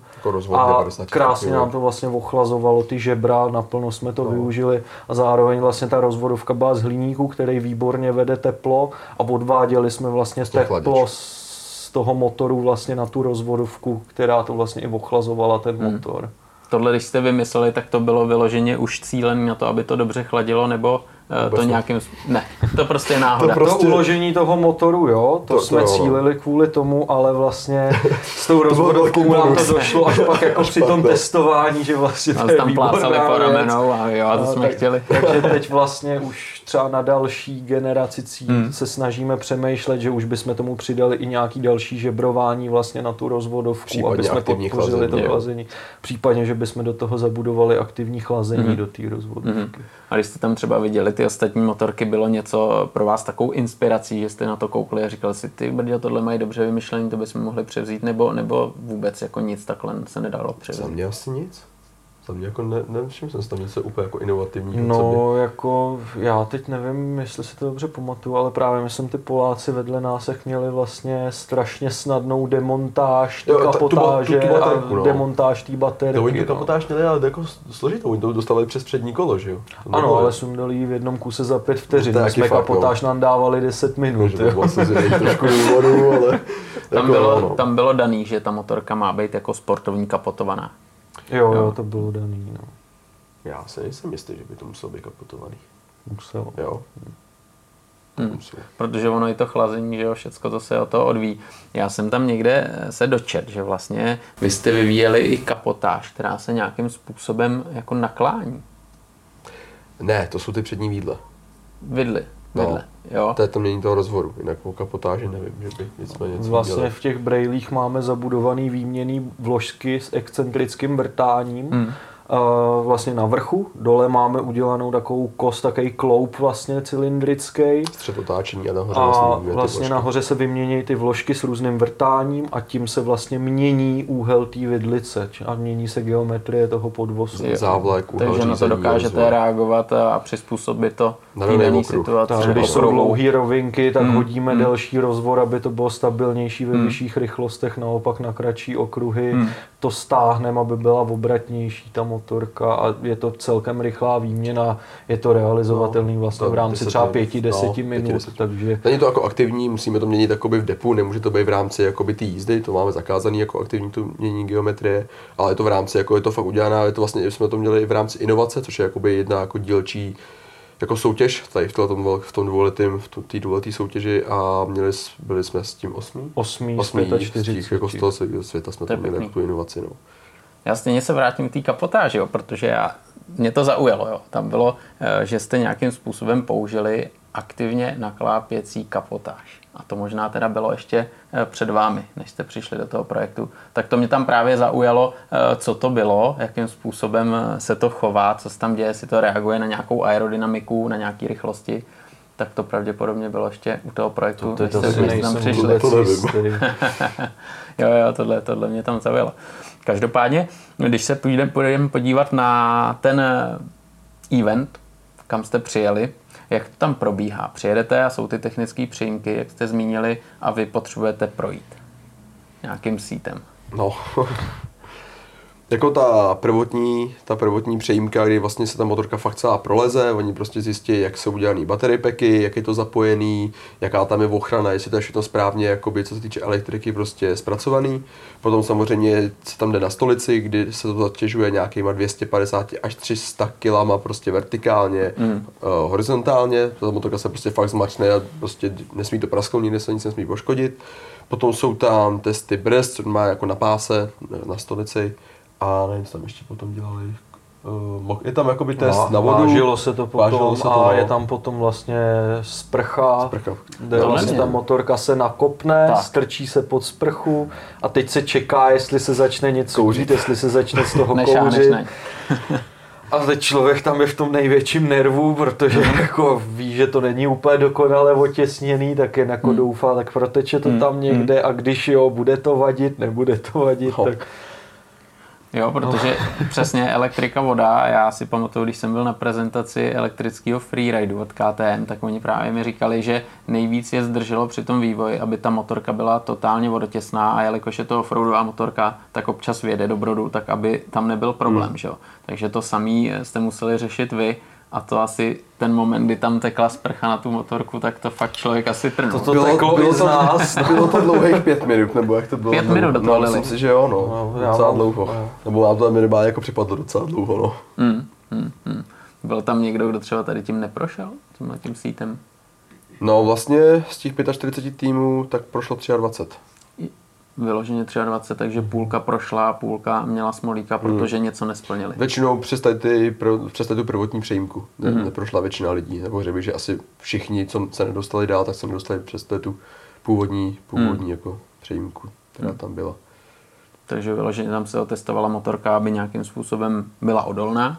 a krásně nám to vlastně ochlazovalo ty žebra, naplno jsme to využili a zároveň vlastně ta rozvodovka byla z hliníku, který výborně vede teplo a odváděli jsme vlastně teplo z toho motoru vlastně na tu rozvodovku, která to vlastně i ochlazovala ten motor. Tohle, když jste vymysleli, tak to bylo vyloženě už cílené na to, aby to dobře chladilo, nebo to nějakým... Ne, to prostě je náhoda. To uložení toho motoru, jo, to jsme cílili kvůli tomu, ale vlastně s tou rozvodovkou nám to došlo až pak jako při tom testování, že vlastně to je tam plácali po ramenou a jo, a to jsme chtěli. Takže teď vlastně už třeba na další generaci se snažíme přemýšlet, že už bychom tomu přidali i nějaký další žebrování vlastně na tu rozvodovku, případně aby jsme podpořili to chlazení. Případně, že bychom do toho zabudovali aktivní chlazení do té rozvodovky. A když jste tam třeba viděli ty ostatní motorky, bylo něco pro vás takovou inspirací, že jste na to koukli a říkali si, ty brďo, tohle mají dobře vymyšlený, to bychom mohli převzít, nebo vůbec jako nic takhle se nedalo převzít? Za mě asi nic. Za mě jako nevšiml jsem si tam něco úplně jako inovativního. No, jako já teď nevím, jestli si to dobře pamatuju, ale právě myslím, ty Poláci vedle nás měli vlastně strašně snadnou demontáž té kapotáže a demontáž té baterky. To oni tu kapotáž měli, ale jako složitou, oni to dostali přes přední kolo, že jo? Ano, ale sundali ji v jednom kuse za 5 vteřin, my jsme kapotáž nám dávali 10 minut. To bylo asi trošku důvodu, ale... Tam bylo daný, že ta motorka má být jako sportovní kapotovaná. Jo, to bylo daný, no. Já se nejsem jistý, že by to muselo být kapotovaný. Muselo. Jo. Protože ono i to chlazení, že jo, všecko to se o to odvíjí. Já jsem tam někde se dočet, že vlastně vy jste vyvíjeli i kapotáž, která se nějakým způsobem jako naklání. Ne, to jsou ty přední vídla. Vidly. Jo. To je to mění toho rozvoru, jinak o kapotáži nevím, že by nicméně něco vlastně dělali. v těch brejlích máme zabudovaný výměnný vložky s excentrickým vrtáním. Vlastně na vrchu, dole máme udělanou takovou kost, takový kloup vlastně cylindrický. Střed otáčení a nahoře vlastně nahoře se vymění ty vložky s různým vrtáním a tím se vlastně mění úhel té vidlice a mění se geometrie toho podvozu. Závlek, takže na to dokážete reagovat a přizpůsobit to té dané situaci. Když jsou dlouhé rovinky, tak hodíme delší rozvor, aby to bylo stabilnější ve vyšších rychlostech, naopak na kratší okruhy to stáhneme, aby byla obratnější ta motorka a je to celkem rychlá výměna, je to realizovatelný vlastně v rámci třeba 5-10 minut, takže... Není to jako aktivní, musíme to měnit jakoby v depu, nemůže to být v rámci jakoby té jízdy, to máme zakázaný jako aktivní to mění geometrie, ale je to v rámci, jako je to fakt udělaná, je to vlastně, jsme to měli i v rámci inovace, což je jakoby jedna jako dílčí jako soutěž, tady v tom dvouletém, v té dvouleté soutěži a byli jsme s tím 8 z 45. Jako z toho světa jsme to měli tu inovaci. No. Já stejně se vrátím k té kapotáži, jo, protože mě to zaujalo. Jo. Tam bylo, že jste nějakým způsobem použili aktivně naklápěcí kapotáž. A to možná teda bylo ještě před vámi, než jste přišli do toho projektu. Tak to mě tam právě zaujalo, co to bylo, jakým způsobem se to chová, co se tam děje, jestli to reaguje na nějakou aerodynamiku, na nějaké rychlosti. Tak to pravděpodobně bylo ještě u toho projektu, než jste tam přišli. Jo, tohle mě tam zaujalo. Každopádně, když se půjdeme podívat na ten event, kam jste přijeli, jak to tam probíhá? Přijedete a jsou ty technické přijímky, jak jste zmínili, a vy potřebujete projít nějakým sítem. No, Jako ta prvotní přejímka, kdy vlastně se ta motorka fakt celá proleze, oni prostě zjistí, jak jsou udělaný battery packy, jak je to zapojený, jaká tam je ochrana, jestli to je všechno správně, jakoby, co se týče elektriky, prostě zpracovaný. Potom samozřejmě se tam jde na stolici, kdy se to zatěžuje nějakýma 250 až 300 kilama prostě vertikálně, horizontálně. Ta motorka se prostě fakt zmačne a prostě nesmí to prasknout, nikde se nic nesmí poškodit. Potom jsou tam testy brzd, co má jako na páse, na stolici. A nevím, co tam ještě potom dělali. Je tam jakoby test na vodu. Vážilo se to potom a je tam potom vlastně sprcha. Kde vlastně ta motorka se nakopne, strčí se pod sprchu a teď se čeká, jestli se začne něco kouřit, jestli se začne z toho kouřit. A teď člověk tam je v tom největším nervu, protože jako ví, že to není úplně dokonale otěsněný, tak jen jako doufá, tak proteče to tam někde a když jo, bude to vadit, nebude to vadit, tak... Jo, protože přesně elektrika, voda, já si pamatuju, když jsem byl na prezentaci elektrického freeridu od KTM, tak oni právě mi říkali, že nejvíc je zdrželo při tom vývoji, aby ta motorka byla totálně vodotěsná a jelikož je to offroadová motorka, tak občas vyjede do brodu, tak aby tam nebyl problém, že jo. Takže to samý jste museli řešit vy. A to asi ten moment, kdy tam tekla sprcha na tu motorku, tak to fakt člověk asi trnul. To teklo i z nás. Bylo to dlouhých 5 minut, nebo jak to bylo? 5 minut do toho lili. Myslím si, že jo, docela dlouho. Nebo nám to minimálně jako připadlo docela dlouho, Byl tam někdo, kdo třeba tady tím neprošel? Tím sítem? No vlastně z těch 45 týmů tak prošlo 23. Vyloženě 23, takže půlka prošla, půlka měla smolíka, protože něco nesplnili. Většinou přes tu prvotní přejímku neprošla většina lidí, nebo řekl bych, že asi všichni, co se nedostali dál, tak se nedostali přes tu původní jako přejímku, která tam byla. Takže vyloženě tam se otestovala motorka, aby nějakým způsobem byla odolná.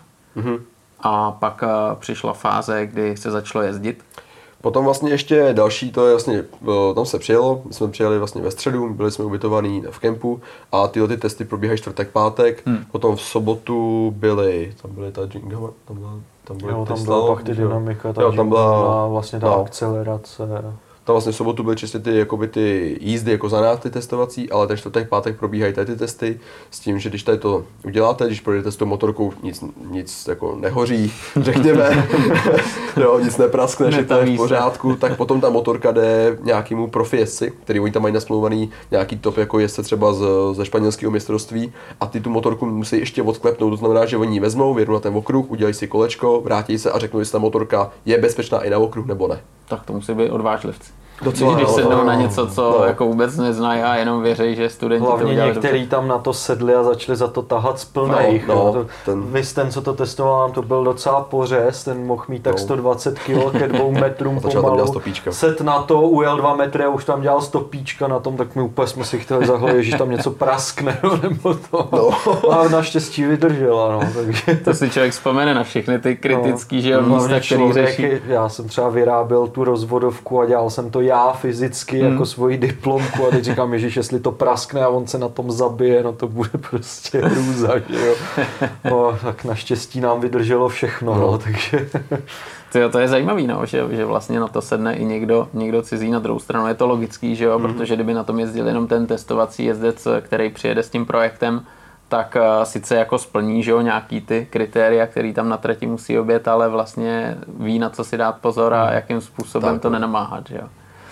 A pak přišla fáze, kdy se začalo jezdit. Potom vlastně ještě další, to je vlastně, tam se přijelo, my jsme přijeli vlastně ve středu, byli jsme ubytovaní v kempu a tyhle ty testy probíhají čtvrtek, pátek, potom v sobotu tam byly ta Jingo, tam byla pak ty dynamika, tam byla vlastně ta akcelerace. Tam vlastně v sobotu byly čistě ty jízdy jako za nás, ty testovací, ale ten čtvrtek, pátek probíhají tady ty testy s tím, že když tady to uděláte, když projdete s tou motorkou, nic jako nehoří, řekněme, jo, nic nepraskne, že to je v pořádku, tak potom ta motorka jde nějakému profi jezdci, který oni tam mají nasmlouvaný nějaký top jako jezdce třeba ze španělského mistrovství a ty tu motorku musí ještě odklepnout, to znamená, že oni ji vezmou, vědou na ten okruh, udělají si kolečko, vrátí se a řeknou, jestli ta motorka je bezpečná i na okruh nebo ne. Tak to musí být odvážlivci. Docela, když sednou na něco, co jako vůbec neznají a jenom věří, že studenti hlavně to udělali některý dobře. tam na to sedli a začali za to tahat z plných. Ten, co to testoval, nám to byl docela pořez, ten mohl mít tak 120 kg ke 2 metrům pomalu. Set na to, ujel 2 metry a už tam dělal stopíčka na tom, tak my úplně jsme si chtěli zahledět, že tam něco praskne, nebo to. A naštěstí vydržela, takže. To si člověk vzpomene na všechny ty kritický, že místa, který řeší. Já jsem třeba vyráběl tu rozvodovku a dělal jsem to já fyzicky jako svoji diplomku a teď říkám, ježiš, jestli to praskne a on se na tom zabije, no to bude prostě hrůza, že jo. No, tak naštěstí nám vydrželo všechno, takže... To je zajímavý, no, že vlastně na to sedne i někdo cizí. Na druhou stranu je to logický, že jo, protože kdyby na tom jezdil jenom ten testovací jezdec, který přijede s tím projektem, tak sice jako splní, že jo, nějaký ty kritéria, který tam na trati musí objet, ale vlastně ví, na co si dát pozor a jakým způsobem tak to nenamáhat, že jo.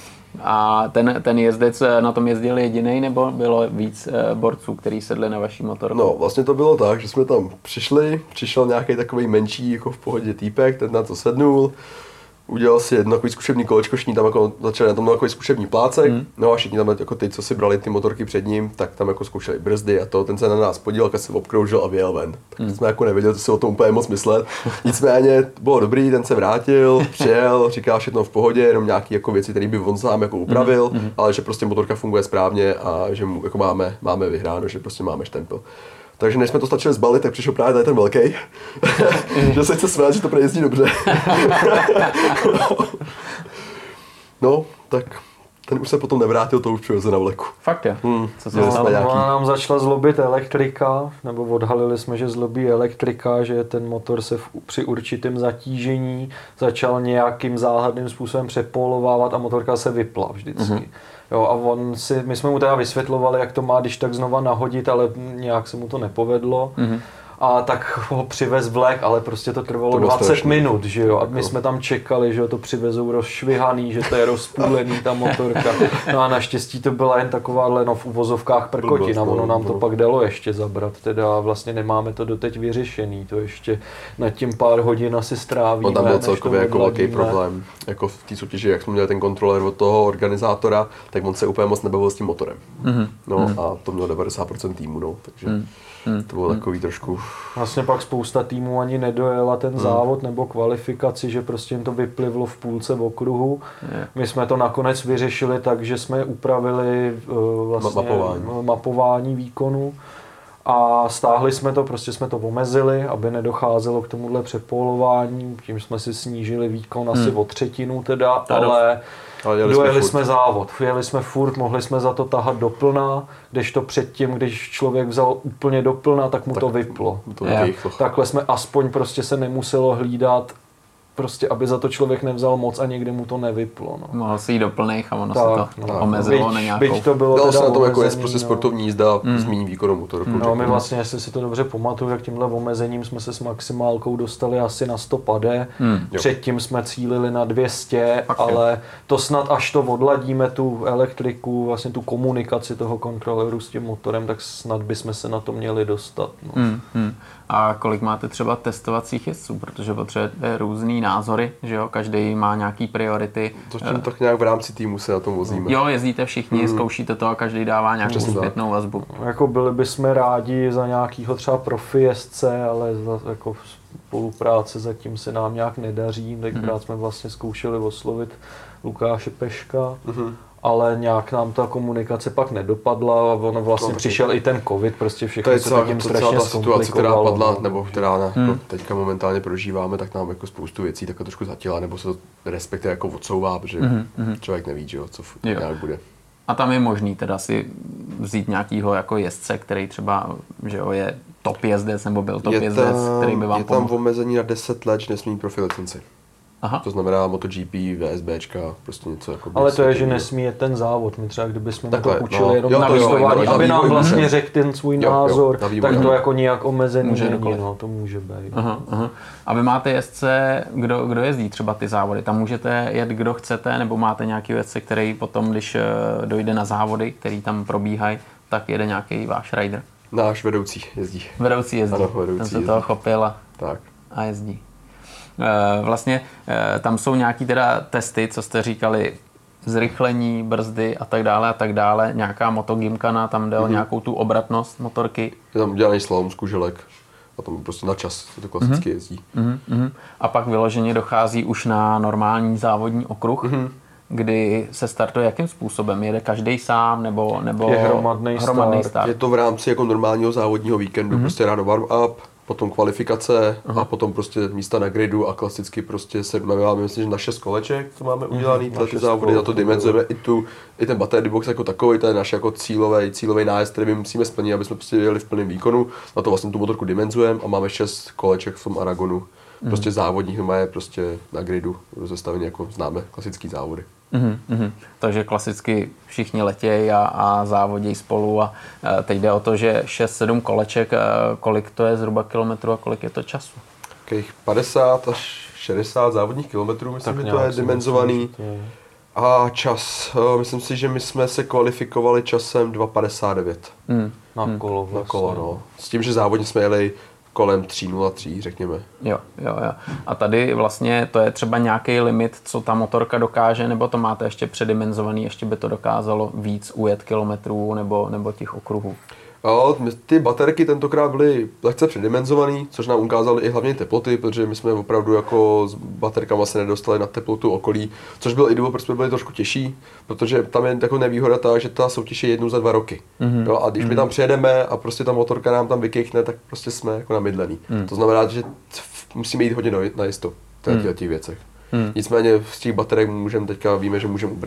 A ten jezdec na tom jezdil jedinej, nebo bylo víc borců, kteří sedli na vaší motorku? No, vlastně to bylo tak, že jsme tam přišel nějaký takový menší, jako v pohodě týpek, ten na to sednul, udělal si jedno takový zkušební kolečko, všichni tam jako začali na tom takový zkušební plácek, no a všichni tam jako ty, co si brali ty motorky před ním, tak tam jako zkoušeli brzdy a ten se na nás podíval, se obkroužil a vyjel ven. Tak jsme jako nevěděli, co si o tom úplně moc myslet. Nicméně bylo dobrý, ten se vrátil, přijel, říkal všechno v pohodě, jenom nějaké jako věci, které by on sám jako upravil, ale že prostě motorka funguje správně a že mu jako máme vyhráno, že prostě máme štempel. Takže než jsme to stačili zbalit, tak přišel právě tady ten velký, že se chce smát, že to jezdí dobře. No, tak ten už se potom nevrátil, to už přiveze na vleku. Fakt je. Co se stalo? Ona nám začala zlobit elektrika, nebo odhalili jsme, že zlobí elektrika, že ten motor se při určitém zatížení začal nějakým záhadným způsobem přepolovávat a motorka se vypla vždycky. Jo, a my jsme mu teda vysvětlovali, jak to má když tak znova nahodit, ale nějak se mu to nepovedlo. A tak ho přivez vlek, ale prostě to trvalo 20 minut, že jo. A my jsme tam čekali, že ho to přivezou rozšvihaný, že to je rozpůlený ta motorka. No a naštěstí to byla jen takováhle, v uvozovkách prkotina. Ono nám to pak dalo ještě zabrat, teda vlastně nemáme to doteď vyřešený. To ještě nad tím pár hodin asi strávíme. On tam byl celkově jako velký problém. Jako v té soutěži, jak jsme měli ten kontroler od toho organizátora, tak on se úplně moc nebavil s tím motorem. A to mělo 90% týmu, takže to bylo takový trošku... Vlastně pak spousta týmů ani nedojela ten závod nebo kvalifikaci, že prostě jim to vyplivlo v půlce okruhu. My jsme to nakonec vyřešili tak, že jsme upravili vlastně mapování výkonu a stáhli jsme to, prostě jsme to omezili, aby nedocházelo k tomuhle přepolování, tím jsme si snížili výkon asi o třetinu teda, ale dojeli jsme závod, jeli jsme furt, mohli jsme za to tahat doplna, kdežto předtím, když člověk vzal úplně doplna, tak mu to vyplo. Takhle jsme aspoň prostě se nemuselo hlídat, prostě aby za to člověk nevzal moc a někde mu to nevyplo. Mohl si jít do plných a ono se to omezilo na nějakou... Byť to bylo dalo se na tom jako jest prostě sportovní jízda s méně výkonem motoru. My vlastně, jestli si to dobře pamatuju, tak tímhle omezením jsme se s maximálkou dostali asi na 100 pade. Předtím jsme cílili na 200, ale to snad až to odladíme, tu elektriku, vlastně tu komunikaci toho kontroleru s tím motorem, tak snad bychom se na to měli dostat. A kolik máte třeba testovacích jezdců, protože potřebujete různý názory, že jo, každý má nějaký priority. To tím tak nějak v rámci týmu se na tom vozíme. Jo, jezdíte všichni, zkoušíte to a každý dává nějakou zpětnou vazbu. Jako byli bychom rádi za nějakýho třeba profi jezdce, ale jako spolupráce zatím se nám nějak nedaří, tenkrát jsme vlastně zkoušeli oslovit Lukáše Peška. Ale nějak nám ta komunikace pak nedopadla a ono vlastně přišel i ten covid, prostě všechno se tím strašně situace, která padla, nebo která teďka momentálně prožíváme, tak nám jako spoustu věcí takhle trošku zatěla, nebo se to respektive jako odsouvá, protože člověk neví, že jo, co nějak bude. A tam je možný teda si vzít nějakýho jako jezdce, který třeba, že jo, je top jezdec, nebo byl top jezdec, který by vám pomohl. Je tam omezení na 10 let, že nesmí mít profi licenci. To znamená MotoGP, VSBčka, prostě něco jako... Ale to je, že nesmí jet ten závod. My třeba kdybychom to učili jenom na testování, aby nám vlastně řekl ten svůj názor, tak to jako nějak omezený není, to může být. A vy máte jezdce, kdo jezdí třeba ty závody? Tam můžete jet, kdo chcete, nebo máte nějaký jezdce, který potom, když dojde na závody, který tam probíhají, tak jede nějaký váš rider? Náš vedoucí jezdí. Vedoucí jezdí. Ano, vedoucí ten se toho chopil a jezdí. Vlastně tam jsou nějaký teda testy, co jste říkali, zrychlení, brzdy a tak dále, nějaká motogymkana, tam jde o nějakou tu obratnost motorky. Je tam udělaný slalom z kuželek a tam prostě na čas to klasicky jezdí. A pak vyloženě dochází už na normální závodní okruh, kdy se startuje jakým způsobem? Jede každý sám nebo je hromadný start? Je to v rámci jako normálního závodního víkendu, prostě ráno warm-up, potom kvalifikace a potom prostě místa na gridu a klasicky prostě se máme, myslím, že na 6 koleček, co máme udělaný, ty závody, za to dimenzujeme i ten battery box jako takový, to je náš jako cílový nájezd, který my musíme splnit, aby jsme prostě jeli v plném výkonu, na to vlastně tu motorku dimenzujeme a máme 6 koleček v tom Aragonu, prostě závodních, máme prostě na gridu rozestavený jako známe klasický závody. Takže klasicky všichni letějí a závodí spolu a teď jde o to, že 6-7 koleček, kolik to je zhruba kilometrů a kolik je to času? 50 až 60 závodních kilometrů, myslím, že to je dimenzovaný. A čas, myslím si, že my jsme se kvalifikovali časem 2.59. Na kolo vlastně. Na kolo, no. S tím, že závodně jsme jeli kolem 3.03, řekněme. Jo. A tady vlastně to je třeba nějaký limit, co ta motorka dokáže, nebo to máte ještě předimenzovaný, ještě by to dokázalo víc ujet kilometrů nebo těch okruhů? Ty baterky tentokrát byly lehce předimenzovaný, což nám ukázaly i hlavně teploty, protože my jsme opravdu jako s baterkama se nedostali na teplotu okolí, což byl i důvod, proč jsme byli trošku těžší, protože tam je jako nevýhoda ta, že ta soutěž je jednou za 2 roky. Jo, a když my tam přijedeme a prostě ta motorka nám tam vykejchne, tak prostě jsme jako namydlený. To znamená, že musíme jít hodně na jisto v těch věcech. Nicméně z těch baterek víme, že můžeme ubrat.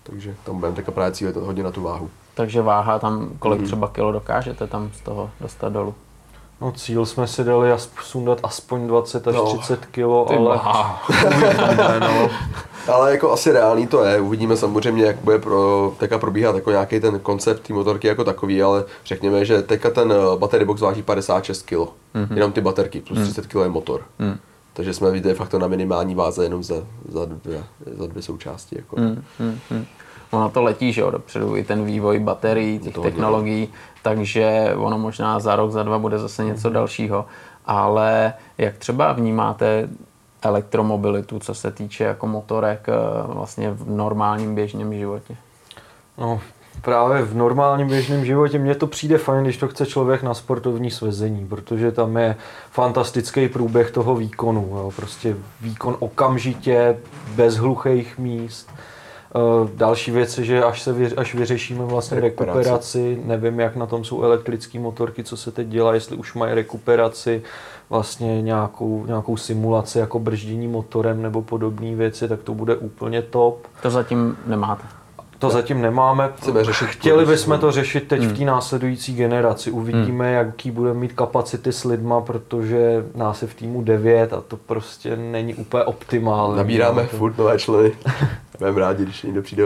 Takže tam budeme teďka právě cílit hodně na tu váhu. Takže váha tam, kolik třeba kilo dokážete tam z toho dostat dolů? No cíl jsme si dali sundat aspoň 20 až 30 kilo, ale uvidíme, no. Ale jako asi reálný to je, uvidíme samozřejmě, jak bude teďka probíhat jako nějaký ten koncept té motorky jako takový, ale řekněme, že teďka ten battery box váží 56 kg, jenom ty baterky, plus 30 kg je motor. Takže jsme viděli fakt to na minimální váze jenom za dvě součásti. Jako. Ono to letí, že jo, dopředu i ten vývoj baterií, těch technologií, takže ono možná za rok, za dva bude zase něco dalšího. Ale jak třeba vnímáte elektromobilitu, co se týče jako motorek vlastně v normálním běžném životě? No, právě v normálním běžném životě mně to přijde fajn, když to chce člověk na sportovní svezení, protože tam je fantastický průběh toho výkonu. Jo. Prostě výkon okamžitě, bez hluchých míst. Další věc je, že až vyřešíme vlastně rekuperaci, nevím, jak na tom jsou elektrické motorky, co se teď dělá, jestli už mají rekuperaci, vlastně nějakou simulaci jako brždění motorem nebo podobné věci, tak to bude úplně top. To zatím nemáte? To zatím nemáme. Chtěli bychom to řešit teď v té následující generaci. Uvidíme, jaký budeme mít kapacity s lidma, protože nás je v týmu 9 a to prostě není úplně optimální. Nabíráme furt nové členy. Budeme rádi, když někdo přijde.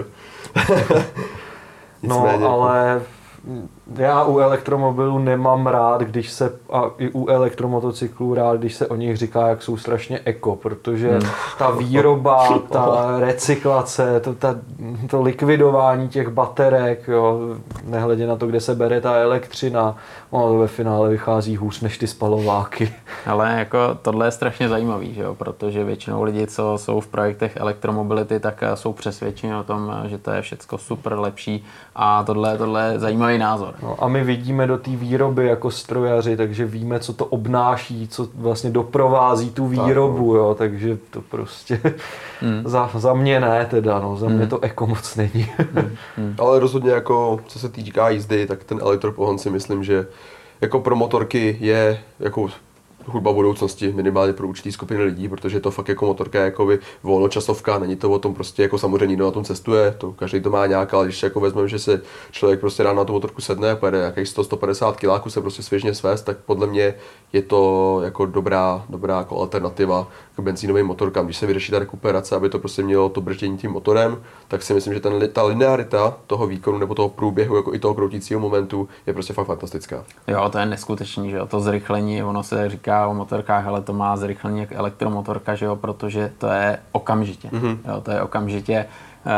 No, ale já u elektromobilů nemám rád, a i u elektromotocyklů rád, když se o nich říká, jak jsou strašně eko, protože ta výroba, ta recyklace, to likvidování těch baterek, jo, nehledě na to, kde se bere ta elektřina, ono to ve finále vychází hůř než ty spalováky. Ale jako tohle je strašně zajímavý, že jo? Protože většinou lidi, co jsou v projektech elektromobility, tak jsou přesvědčeni o tom, že to je všecko super lepší a tohle je zajímavý názor. No a my vidíme do té výroby jako strojaři, takže víme, co to obnáší, co vlastně doprovází tu výrobu, jo, takže to prostě za mě ne teda, no, za mě to eko moc není. Ale rozhodně jako, co se týká jízdy, tak ten elektropohon si myslím, že jako pro motorky je jako hudba budoucnosti, minimálně pro určitý skupiny lidí, protože to fakt jako motorka je jakoby volnočasovka, není to o tom prostě jako samozřejmě někdo na tom cestuje, to každý to má nějak, ale když jako vezmeme, že se člověk prostě ráno na tu motorku sedne a pojede nějakých 100-150 kiláků se prostě svěžně svést, tak podle mě je to jako dobrá jako alternativa k benzínovým motorkám. Když se vyřeší ta rekuperace, aby to prostě mělo to brždění tím motorem, tak si myslím, že ta linearita toho výkonu nebo toho průběhu, jako i toho kroutícího momentu je prostě fakt fantastická. Jo, to je neskutečný, že jo, to zrychlení, ono se říká o motorkách, ale to má zrychlení jak elektromotorka, že jo, protože to je okamžitě. Jo, to je okamžitě,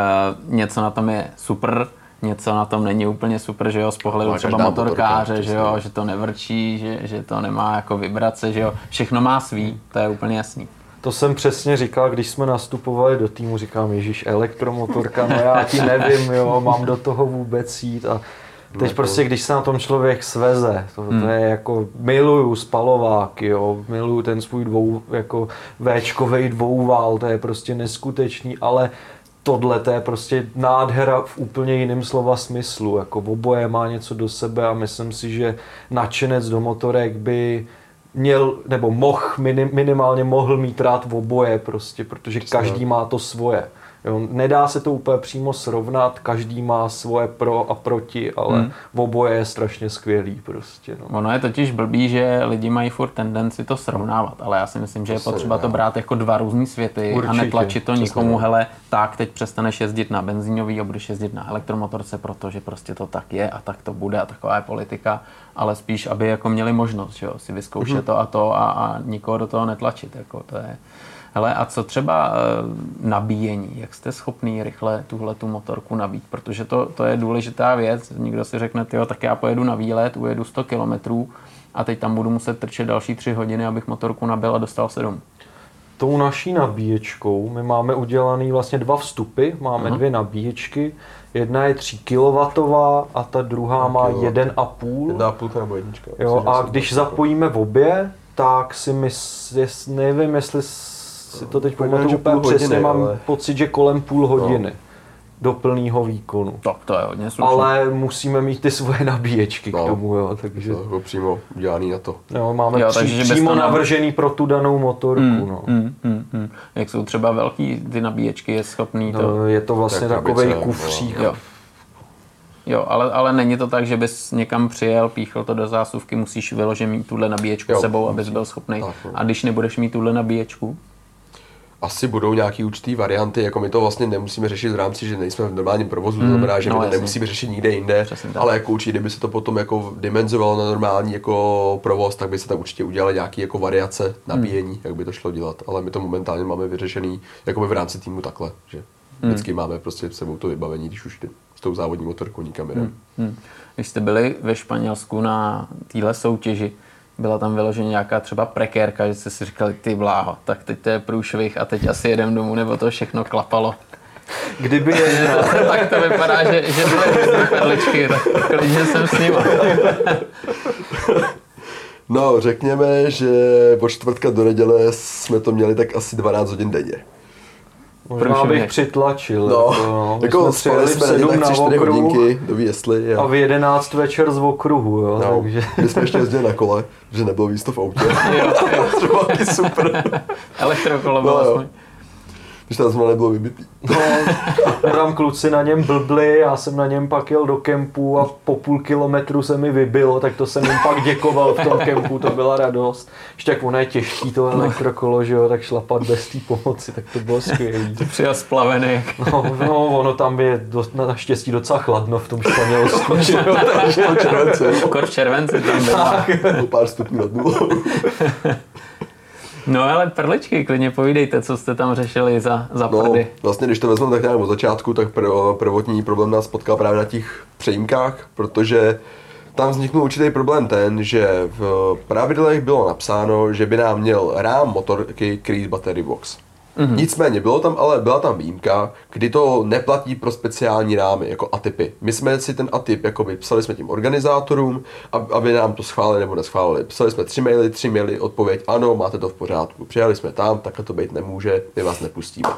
něco na tom je super, něco na tom není úplně super, že jo, z pohledu třeba motorkáře, že jo, že to nevrčí, že to nemá jako vibrace, že jo, všechno má svý, to je úplně jasný. To jsem přesně říkal, když jsme nastupovali do týmu, říkám, ježíš, elektromotorka, no já ti nevím, jo, mám do toho vůbec jít a teď prostě, když se na tom člověk sveze, to je jako, miluju spalováky, jo, miluju ten svůj jako véčkovej dvouvál, to je prostě neskutečný, ale tohle to je prostě nádhera v úplně jiném slova smyslu, jako oboje má něco do sebe a myslím si, že nadšenec do motorek by měl, nebo minimálně mohl mít rád oboje prostě, protože každý má to svoje. Jo, nedá se to úplně přímo srovnat, každý má svoje pro a proti, ale oboje je strašně skvělý prostě. No. Ono je totiž blbý, že lidi mají furt tendenci to srovnávat, ale já si myslím, že je potřeba to brát jako dva různý světy. Určitě, a netlačit to nikomu, hele, tak teď přestaneš jezdit na benzínový a budeš jezdit na elektromotorce, protože prostě to tak je a tak to bude a taková je politika, ale spíš, aby jako měli možnost, že jo, si vyzkoušet to a nikoho do toho netlačit, jako to je. Hele, a co třeba nabíjení? Jak jste schopný rychle tuhletu motorku nabít? Protože to je důležitá věc. Někdo si řekne, tyjo, tak já pojedu na výlet, ujedu 100 kilometrů a teď tam budu muset trčet další 3 hodiny, abych motorku nabil a dostal se domů. Tou naší nabíječkou my máme udělaný vlastně 2 vstupy, máme 2 nabíječky. Jedna je 3 kW a ta druhá má 1,5. 1,5 nebo jednička. Jo, a když zapojíme v obě, tak si nevím, jestli si to teď pamatuju úplně přesně, mám pocit, že kolem půl hodiny. do plného výkonu. Tak to je hodně slušný. Ale musíme mít ty svoje nabíječky k tomu, jo, takže... To přímo udělaný na to. Jo, máme přímo navržený pro tu danou motorku, no. Jak jsou třeba velký ty nabíječky, je schopný to... No, je to vlastně takovej kufřík. Jo, ale není to tak, že bys někam přijel, píchl to do zásuvky, musíš vyloženě mít tuhle nabíječku sebou, abys byl schopný. A když nebudeš mít tuhle nabíječku? Asi budou nějaký určitý varianty, jako my to vlastně nemusíme řešit v rámci, že nejsme v normálním provozu, to znamená, že my to nemusíme řešit nikde jinde, ale jako určitě, kdyby se to potom jako dimenzovalo na normální jako provoz, tak by se tam určitě udělaly nějaké jako variace nabíjení, jak by to šlo dělat, ale my to momentálně máme vyřešený jako v rámci týmu takhle, že vždycky máme prostě s sebou to vybavení, když už s tou závodní motorkou nikam jdeme. Když jste byli ve Španělsku na téhle soutěži, byla tam vyloženě nějaká třeba prekérka, že jste si říkali, ty bláho, tak teď to je průšvih a teď asi jedem domů, nebo to všechno klapalo. Kdyby je... Tak to vypadá, že byly různé perličky, tak klidně jsem s nima. No, řekněme, že od čtvrtka do neděle jsme to měli tak asi 12 hodin denně. Možná bych přitlačil. No, jako spali jsme v 7 na hodinky, kdo ví jestli. A v 11 večer z okruhu, jo. No, takže... my jsme ještě jezdili na kole, že nebylo místo v autě. To bylo taky super. Elektrokolo bylo aspoň. Když tam jsme nebylo vybitý. No, tam kluci na něm blbli, já jsem na něm pak jel do kempu a po půl kilometru se mi vybilo, tak to jsem jim pak děkoval v tom kempu, to byla radost. Ještě jak ono je těžký to elektrokolo, že jo, tak šlapat bez té pomoci, tak to bylo skvělý. Ty přijel splavený. No, ono tam je naštěstí docela chladno v tom Španělsku, že jo, takže... V červenci tam bylo. Pár stupňů nad nulou. No ale perličky, klidně povídejte, co jste tam řešili za prdy. Vlastně když to vezmeme tak nějak od začátku, tak prvotní problém nás potkal právě na těch přejímkách, protože tam vzniknul určitý problém ten, že v pravidlech bylo napsáno, že by nám měl rám motorky krýt battery box. Nicméně byla tam výjimka, kdy to neplatí pro speciální rámy, jako atypy. My jsme si ten atyp, jakoby psali jsme tím organizátorům, aby nám to schválili nebo neschválili. Psali jsme 3 maily, odpověď ano, máte to v pořádku. Přijeli jsme tam, takhle to být nemůže, my vás nepustíme.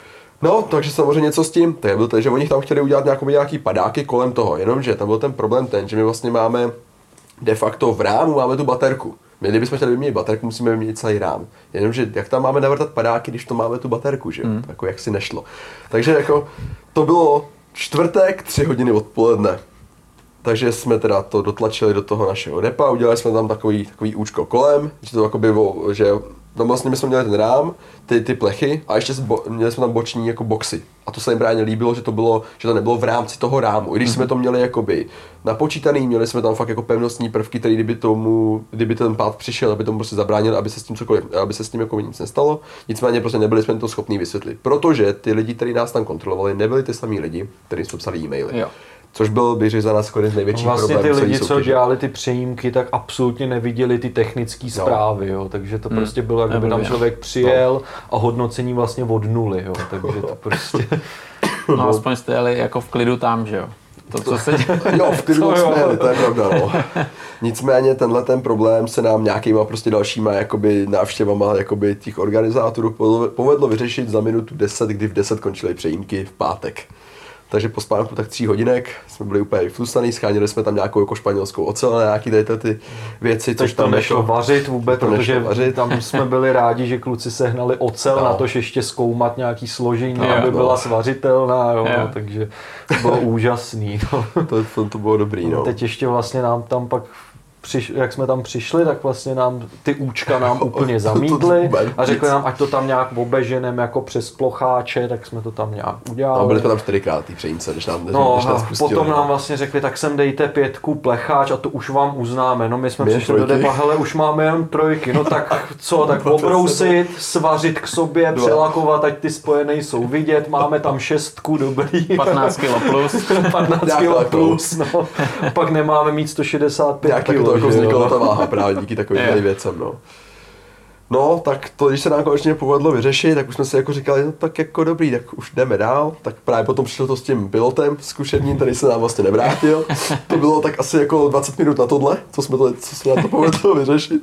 No, takže samozřejmě co s tím? To bylo to, že oni tam chtěli udělat nějaký padáky kolem toho, jenomže tam byl ten problém ten, že my vlastně máme de facto v rámu máme tu baterku. My, kdybychom chtěli vyměnit baterku, musíme vyměnit celý rám. Jenomže jak tam máme navrtat padáky, když to máme tu baterku, že? Jako jak si nešlo. Takže jako to bylo čtvrtek, 3 hodiny odpoledne. Takže jsme teda to dotlačili do toho našeho depa, udělali jsme tam takový účko kolem, že to jakoby, že tam vlastně my jsme měli ten rám, ty plechy a ještě měli jsme tam boční jako boxy. A to se jim právě líbilo, že to nebylo v rámci toho rámu. I když jsme to měli jakoby napočítaný, měli jsme tam fakt jako pevnostní prvky, které kdyby ten pád přišel, aby tomu prostě zabránil, aby se s tím jako nic nestalo. Nicméně prostě nebyli jsme to schopní vysvětlit, protože ty lidi, kteří nás tam kontrolovali, nebyli ty samý lidi, kterým jsme psali e-maily. Jo. Což byl, bych řekl, za nás skoro největší vlastně problém. Vlastně ty lidi, co dělali ty přejímky, tak absolutně neviděli ty technické zprávy, jo. Takže to prostě bylo, jak by tam člověk přijel a hodnocení vlastně od nuly, jo. Takže to prostě... No aspoň jste jeli jako v klidu tam, že jo. To, co se dělá. Jo, v klidu jsme jeli, to je pravda, no. Nicméně ten problém se nám nějakýma prostě dalšíma jakoby návštěvama jakoby těch organizátorů povedlo vyřešit za minutu 10, kdy v 10 končily přejímky v pátek. Takže po spánku tak 3 hodinek jsme byli úplně vyflustaný, schánili jsme tam nějakou jako španělskou ocel a nějaký ty věci, což tam nešlo vařit vůbec, protože tam jsme byli rádi, že kluci sehnali ocel, na tož ještě zkoumat nějaký složení, aby byla svařitelná, jo, no, takže to bylo úžasný. No. To bylo dobrý. No. Teď ještě vlastně nám tam pak jak jsme tam přišli, tak vlastně nám ty účka nám úplně zamítli a řekli nám, ať to tam nějak obeženeme jako přes plocháče, tak jsme to tam nějak udělali. No, byli jsme tam 4krát tý přejímce, než nás pustili. Potom nám vlastně řekli, tak sem dejte 5 plecháč a to už vám uznáme. No my jsme přišli do depa, hele, už máme jenom 3, no tak co, tak obrousit, svařit k sobě, přelakovat, ať ty spojené jsou vidět, máme tam 6, dobrý. 15 kg plus. 15 kg plus, no. Pak nemáme mít 165 kg. To jako vznikla ta váha právě díky takovým věcem, no. No, tak to, když se nám konečně povedlo vyřešit, tak už jsme si jako říkali, no tak jako dobrý, tak už jdeme dál. Tak právě potom přišlo to s tím pilotem zkušebním, který se nám vlastně nevrátil. To bylo tak asi jako 20 minut na tohle, co se nám to povedlo vyřešit.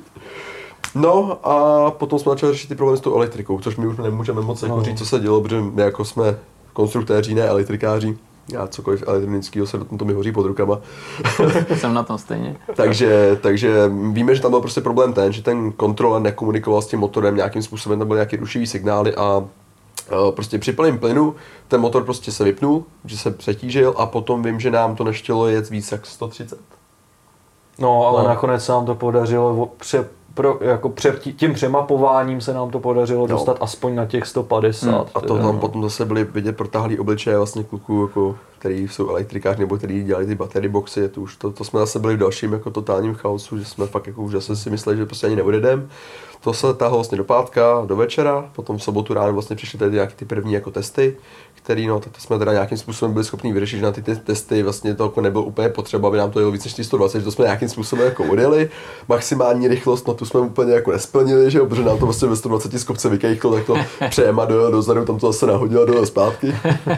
No a potom jsme začali řešit ty problémy s tou elektrikou, což my už nemůžeme moc jako říct, co se dělo, protože my jako jsme konstruktéři, ne elektrikáři. Já cokoliv elektronického se to mi hoří pod rukama. Jsem na tom stejně. takže víme, že tam byl prostě problém ten, že ten kontroler nekomunikoval s tím motorem nějakým způsobem, tam byly nějaké rušivý signály a prostě při plném plynu ten motor prostě se vypnul, že se přetížil a potom vím, že nám to nechtělo jet víc jak 130. No, ale nakonec se nám to podařilo tím přemapováním se nám to podařilo dostat aspoň na těch 150. A to tam potom zase byly vidět protáhlý obličeje vlastně kluků, jako, který jsou elektrikáři nebo který dělali ty battery boxy. To jsme zase byli v dalším jako totálním chaosu, že jsme fakt jako už zase si mysleli, že prostě ani neodjedem. To se táhlo vlastně do pátka, do večera, potom v sobotu ráno vlastně přišly tady nějaké ty první jako testy, který tak to jsme teda nějakým způsobem byli schopni vyřešit, že na ty testy vlastně to jako nebylo úplně potřeba, aby nám to jelo více než 120, že to jsme nějakým způsobem jako odjeli. Maximální rychlost, no tu jsme úplně jako nesplnili, že jo, protože nám to vlastně ve 120 z kopce vykejchlo, tak to přejema dojel dozadu, tam to zase nahodilo dojel zpátky.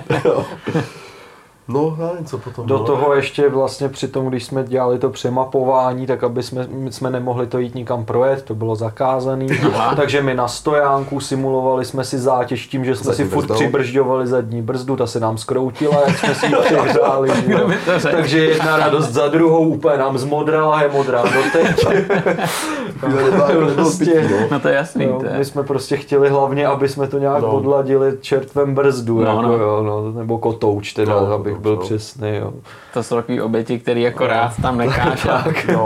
No, co potom. Do toho ještě vlastně při tom, když jsme dělali to přemapování, tak aby jsme nemohli to jít nikam projet, to bylo zakázané. Takže my na stojánku simulovali jsme si zátěž tím, že jsme si furt přibržďovali zadní brzdu, ta se nám zkroutila, jak jsme si ji přehřáli. Takže jedna radost za druhou, úplně nám zmodrala, je modrá doteď. No to je jasný. No, my jsme prostě chtěli hlavně, aby jsme to nějak odladili čertvem brzdu, nebo kotouč teda, abych byl přesný. Jo. To jsou takový oběti, který jako rád tam nekážá.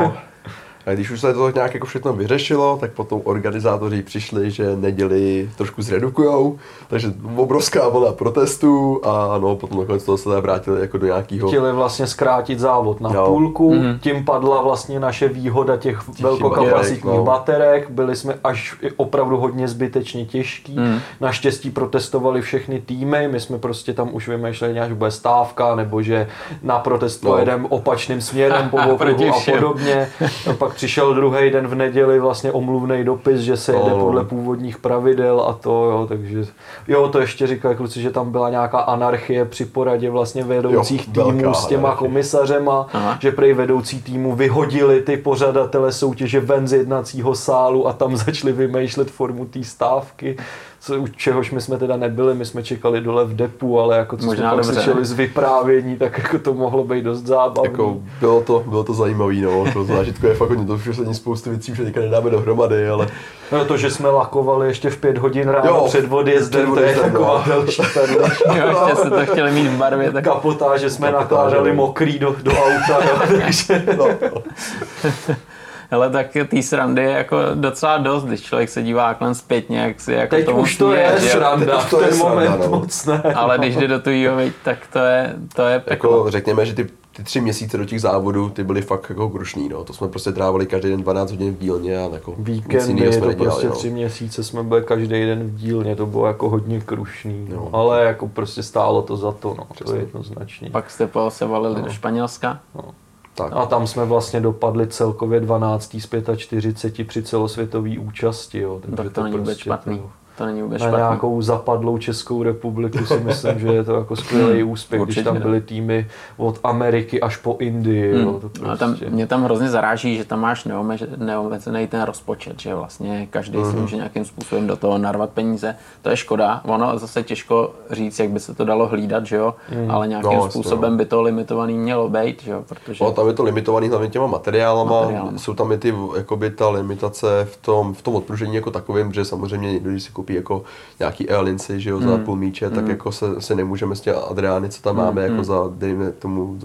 A když už se to nějak jako všechno vyřešilo, tak potom organizátoři přišli, že neděli trošku zredukujou, takže obrovská vlna protestů a potom nakonec toho se vrátili jako do nějakého... Chtěli vlastně zkrátit závod na půlku, tím padla vlastně naše výhoda těch velkokapacitních baterek, byli jsme až opravdu hodně zbytečně těžký, naštěstí protestovali všechny týmy, my jsme prostě tam už vymýšleli nějak bude stávka, nebo že na protest pojedeme opačným směrem po okruhu a podobně. Pak přišel druhý den v neděli vlastně omluvný dopis, že se jede podle původních pravidel a to, takže to ještě říkali kluci, že tam byla nějaká anarchie při poradě vlastně vedoucích týmů s těma komisařema, že prej vedoucí týmu vyhodili ty pořadatele soutěže ven z jednacího sálu a tam začali vymýšlet formu té stávky. Čehož my jsme teda nebyli, my jsme čekali dole v depu, ale jako co jsme pak slyšeli z vyprávění, tak jako to mohlo být dost zábavný. Jako bylo to zajímavý, to zážitku je fakt hodně, to už není spoustu věcí, že nikdy nedáme dohromady, ale... No to, že jsme lakovali ještě v 5 hodin ráno před odjezdem, to je taková další perlička. Ještě se to chtěli mít v barvě. Tak... Kapotáže jsme nakládali mokrý do auta, takže... Hele, tak té srandy je jako docela dost, když člověk se dívá takhle zpětně, jak si jako teď tomu už to je sranda, v ten moment moc ne. Ale když jde do toho, tak to je peklo. Jako řekněme, že ty 3 měsíce do těch závodů, ty byly fakt jako krušný, to jsme prostě trávali každý den 12 hodin v dílně a jako víkendy, to nedělali, prostě 3 měsíce jsme byli každý den v dílně, to bylo jako hodně krušný, ale jako prostě stálo to za to, to je jednoznačně. Pak jste se valili do Španělska? Tak. A tam jsme vlastně dopadli celkově 12. z 45 při celosvětové účasti. Takže to není vůbec špatný. To není vůbec špatný. Na nějakou zapadlou Českou republiku si myslím, že je to jako skvělý úspěch, určitě, když tam byly týmy od Ameriky až po Indii. To prostě... Mě tam hrozně zaráží, že tam máš neomezený ten rozpočet, že vlastně každý si může nějakým způsobem do toho narvat peníze. To je škoda, ono zase těžko říct, jak by se to dalo hlídat, že jo, ale nějakým způsobem by to limitovaný mělo být, že jo, protože... tam je to limitovaný hlavně těma materiálama. Jsou tam i ty, jakoby ta limitace v tom odpružení jako takovým, že samozřejmě když si koupí jako nějaký e-linci, že jo, za půl míče, tak jako se nemůžeme s těmi Adriány, co tam máme, jako za, dejme tomu,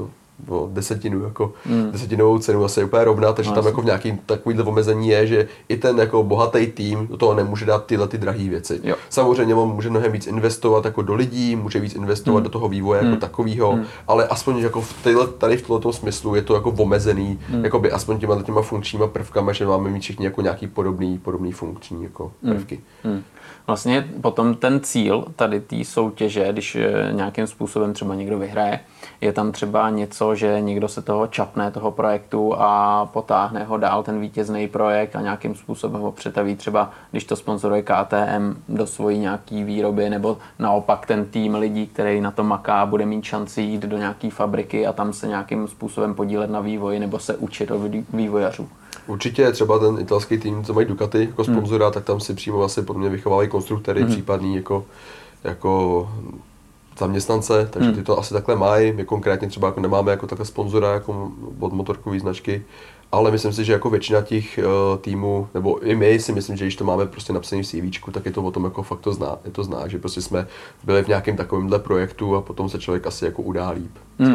desetinovou cenu asi úplně rovná, takže tam jako v nějakým takovýhle omezení je, že i ten jako bohatý tým do toho nemůže dát tyhle ty drahé věci. Jo. Samozřejmě on může mnohem víc investovat jako do lidí, může víc investovat do toho vývoje jako takového, ale aspoň jako tady v tomto smyslu je to jako omezený, jakoby aspoň těma funkčníma prvkama, že máme mít všichni jako nějaký podobný funkční jako prvky. Vlastně potom ten cíl tady té soutěže, když nějakým způsobem třeba někdo vyhraje, je tam třeba něco, že někdo se toho čapne, toho projektu a potáhne ho dál ten vítězný projekt a nějakým způsobem ho přetaví třeba, když to sponzoruje KTM, do svojí nějaký výroby, nebo naopak ten tým lidí, který na to maká, bude mít šanci jít do nějaký fabriky a tam se nějakým způsobem podílet na vývoji nebo se učit od vývojařů. Určitě třeba ten italský tým, co mají Ducati jako sponzora, tak tam si přímo vlastně podle mě vychovávají konstruktory případný jako zaměstnance, takže ty to asi takhle mají. My konkrétně třeba jako nemáme jako takhle sponzora jako od motorkové značky, ale myslím si, že jako většina těch týmů, nebo i my si myslím, že když to máme prostě napsaný v CVčku, tak je to o tom jako fakt to zná, že prostě jsme byli v nějakém takovémhle projektu a potom se člověk asi jako udá líp.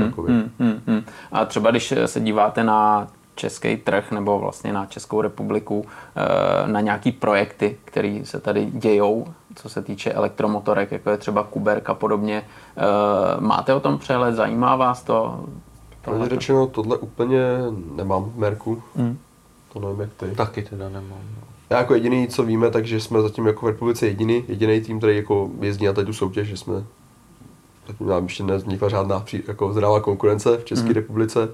A třeba když se díváte na český trh nebo vlastně na Českou republiku, na nějaký projekty, které se tady dějou, co se týče elektromotorek, jako je třeba Kuberk a podobně. Máte o tom přehled? Zajímá vás to? Pravdě řečeno, tohle úplně nemám v merku. To nevím jak ty. Taky teda nemám. No. Já jako jediný, co víme, takže jsme zatím jako v republice jediný tým, který jako jezdí na tu soutěž, že jsme zatím nám ještě nevznikla žádná jako zdravá konkurence v České republice.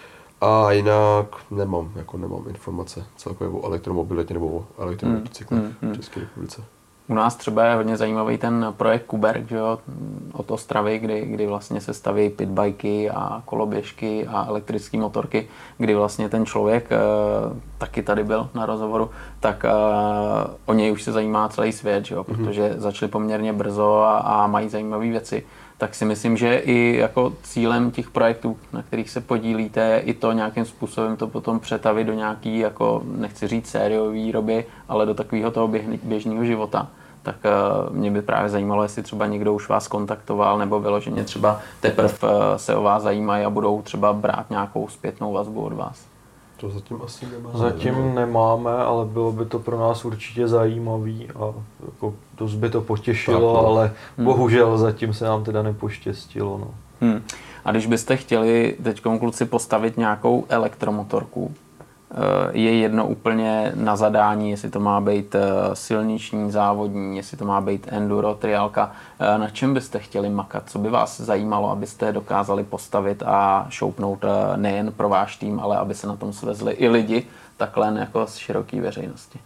A jinak nemám informace celkově o elektromobilitě nebo o elektromotocyklech v České republice. U nás třeba je hodně zajímavý ten projekt Kuberk, že jo, od Ostravy, kdy vlastně se staví pitbajky a koloběžky a elektrické motorky, kdy vlastně ten člověk taky tady byl na rozhovoru, tak o něj už se zajímá celý svět, že jo, protože začali poměrně brzo a mají zajímavé věci. Tak si myslím, že i jako cílem těch projektů, na kterých se podílíte, je i to nějakým způsobem to potom přetavit do nějaký, jako nechci říct sériové výroby, ale do takového toho běžného života. Tak mě by právě zajímalo, jestli třeba někdo už vás kontaktoval, nebo vyloženě třeba teprve se o vás zajímají a budou třeba brát nějakou zpětnou vazbu od vás. To zatím asi nemáme. Zatím nemáme, ale bylo by to pro nás určitě zajímavý a jako dost by to potěšilo, tak, ale bohužel zatím se nám teda nepoštěstilo. No. A když byste chtěli teď kluci postavit nějakou elektromotorku, je jedno úplně na zadání, jestli to má být silniční, závodní, jestli to má být enduro, triálka. Na čem byste chtěli makat? Co by vás zajímalo, abyste dokázali postavit a šoupnout nejen pro váš tým, ale aby se na tom svezli i lidi, takhle jako z široké veřejnosti?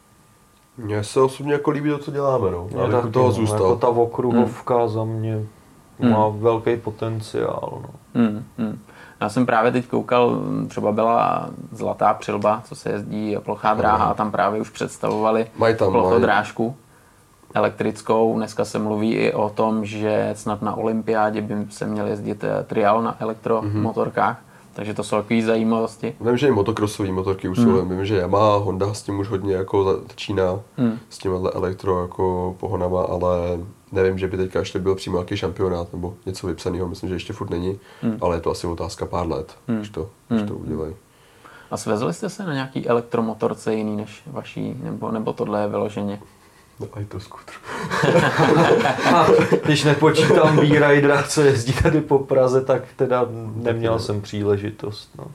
Mně se osobně jako líbí to, co děláme, no. Já bych toho zůstal. Jako ta okruhovka za mě má velký potenciál, no. Já jsem právě teď koukal, třeba byla Zlatá Přilba, co se jezdí plochá dráha a tam právě už představovali plochodrážku elektrickou. Dneska se mluví i o tom, že snad na olympiádě by se měl jezdit triál na elektromotorkách. Takže to jsou takové zajímavosti. Vím, že i motokrosové motorky už jsou, vím, že Yamaha, Honda s tím už hodně jako začíná s těmihle elektro jako pohonama, ale nevím, že by teďka ještě byl přímo nějaký šampionát nebo něco vypsaného, myslím, že ještě furt není, ale je to asi otázka pár let, když to udělají. A svezli jste se na nějaký elektromotorce jiný než vaší, nebo tohle je vyloženě? No a to skútr. Když nepočítám B-Ridera, co jezdí tady po Praze, tak teda neměl jsem příležitost. No.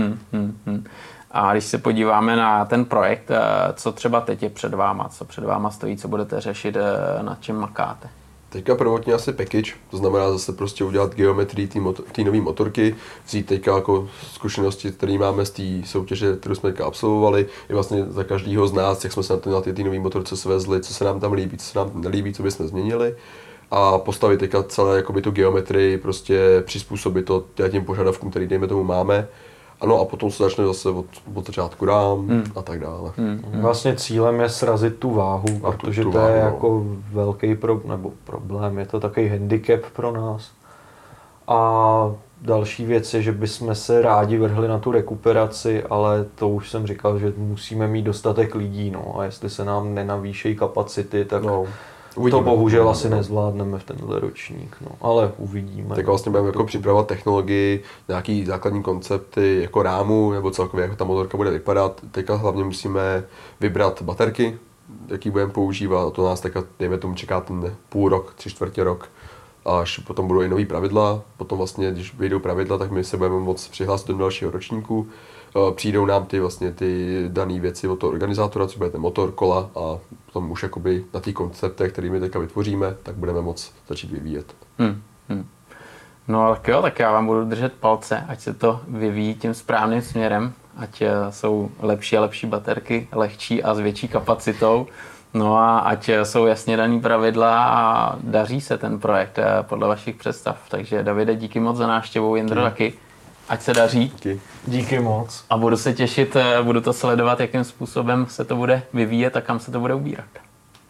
A když se podíváme na ten projekt, co třeba teď je před váma, co před váma stojí, co budete řešit, nad čem makáte? Teďka prvotně asi package, to znamená zase prostě udělat geometrii té nové motorky, vzít teďka jako zkušenosti, které máme z té soutěže, kterou jsme teďka absolvovali, i vlastně za každého z nás, jak jsme se na té nové motorce svezli, co se nám tam líbí, co se nám nelíbí, co bychom změnili a postavit teďka celé jakoby tu geometrii, prostě přizpůsobit to těm požadavkům, který dejme tomu máme. Ano, a potom se začne zase od začátku rám a tak dále. Vlastně cílem je srazit tu váhu, protože to je jako velký problém, je to takový handicap pro nás. A další věc je, že bychom se rádi vrhli na tu rekuperaci, ale to už jsem říkal, že musíme mít dostatek lidí, no, a jestli se nám nenavýšejí kapacity, tak uvidíme. To bohužel asi nezvládneme v tenhle ročník, no, ale uvidíme. Tak vlastně budeme jako připravovat technologii, nějaký základní koncepty jako rámu, nebo celkově jak ta motorka bude vypadat. Teďka hlavně musíme vybrat baterky, jaký budeme používat, a to nás teďka, dejme tomu, čeká ten půl rok, 3/4 rok. Až potom budou i nový pravidla, potom vlastně, když vyjdou pravidla, tak my se budeme moct přihlásit do dalšího ročníku. Přijdou nám ty dané věci od toho organizátora, co bude ten motor, kola a potom už jakoby na těch konceptech, které my teďka vytvoříme, tak budeme moct začít vyvíjet. No tak jo, tak já vám budu držet palce, ať se to vyvíjí tím správným směrem, ať jsou lepší a lepší baterky, lehčí a s větší kapacitou. No a ať jsou jasně daný pravidla a daří se ten projekt podle vašich představ. Takže Davide, díky moc za návštěvu, Jindro taky. Ať se daří. Díky moc. A budu se těšit, budu to sledovat, jakým způsobem se to bude vyvíjet a kam se to bude ubírat.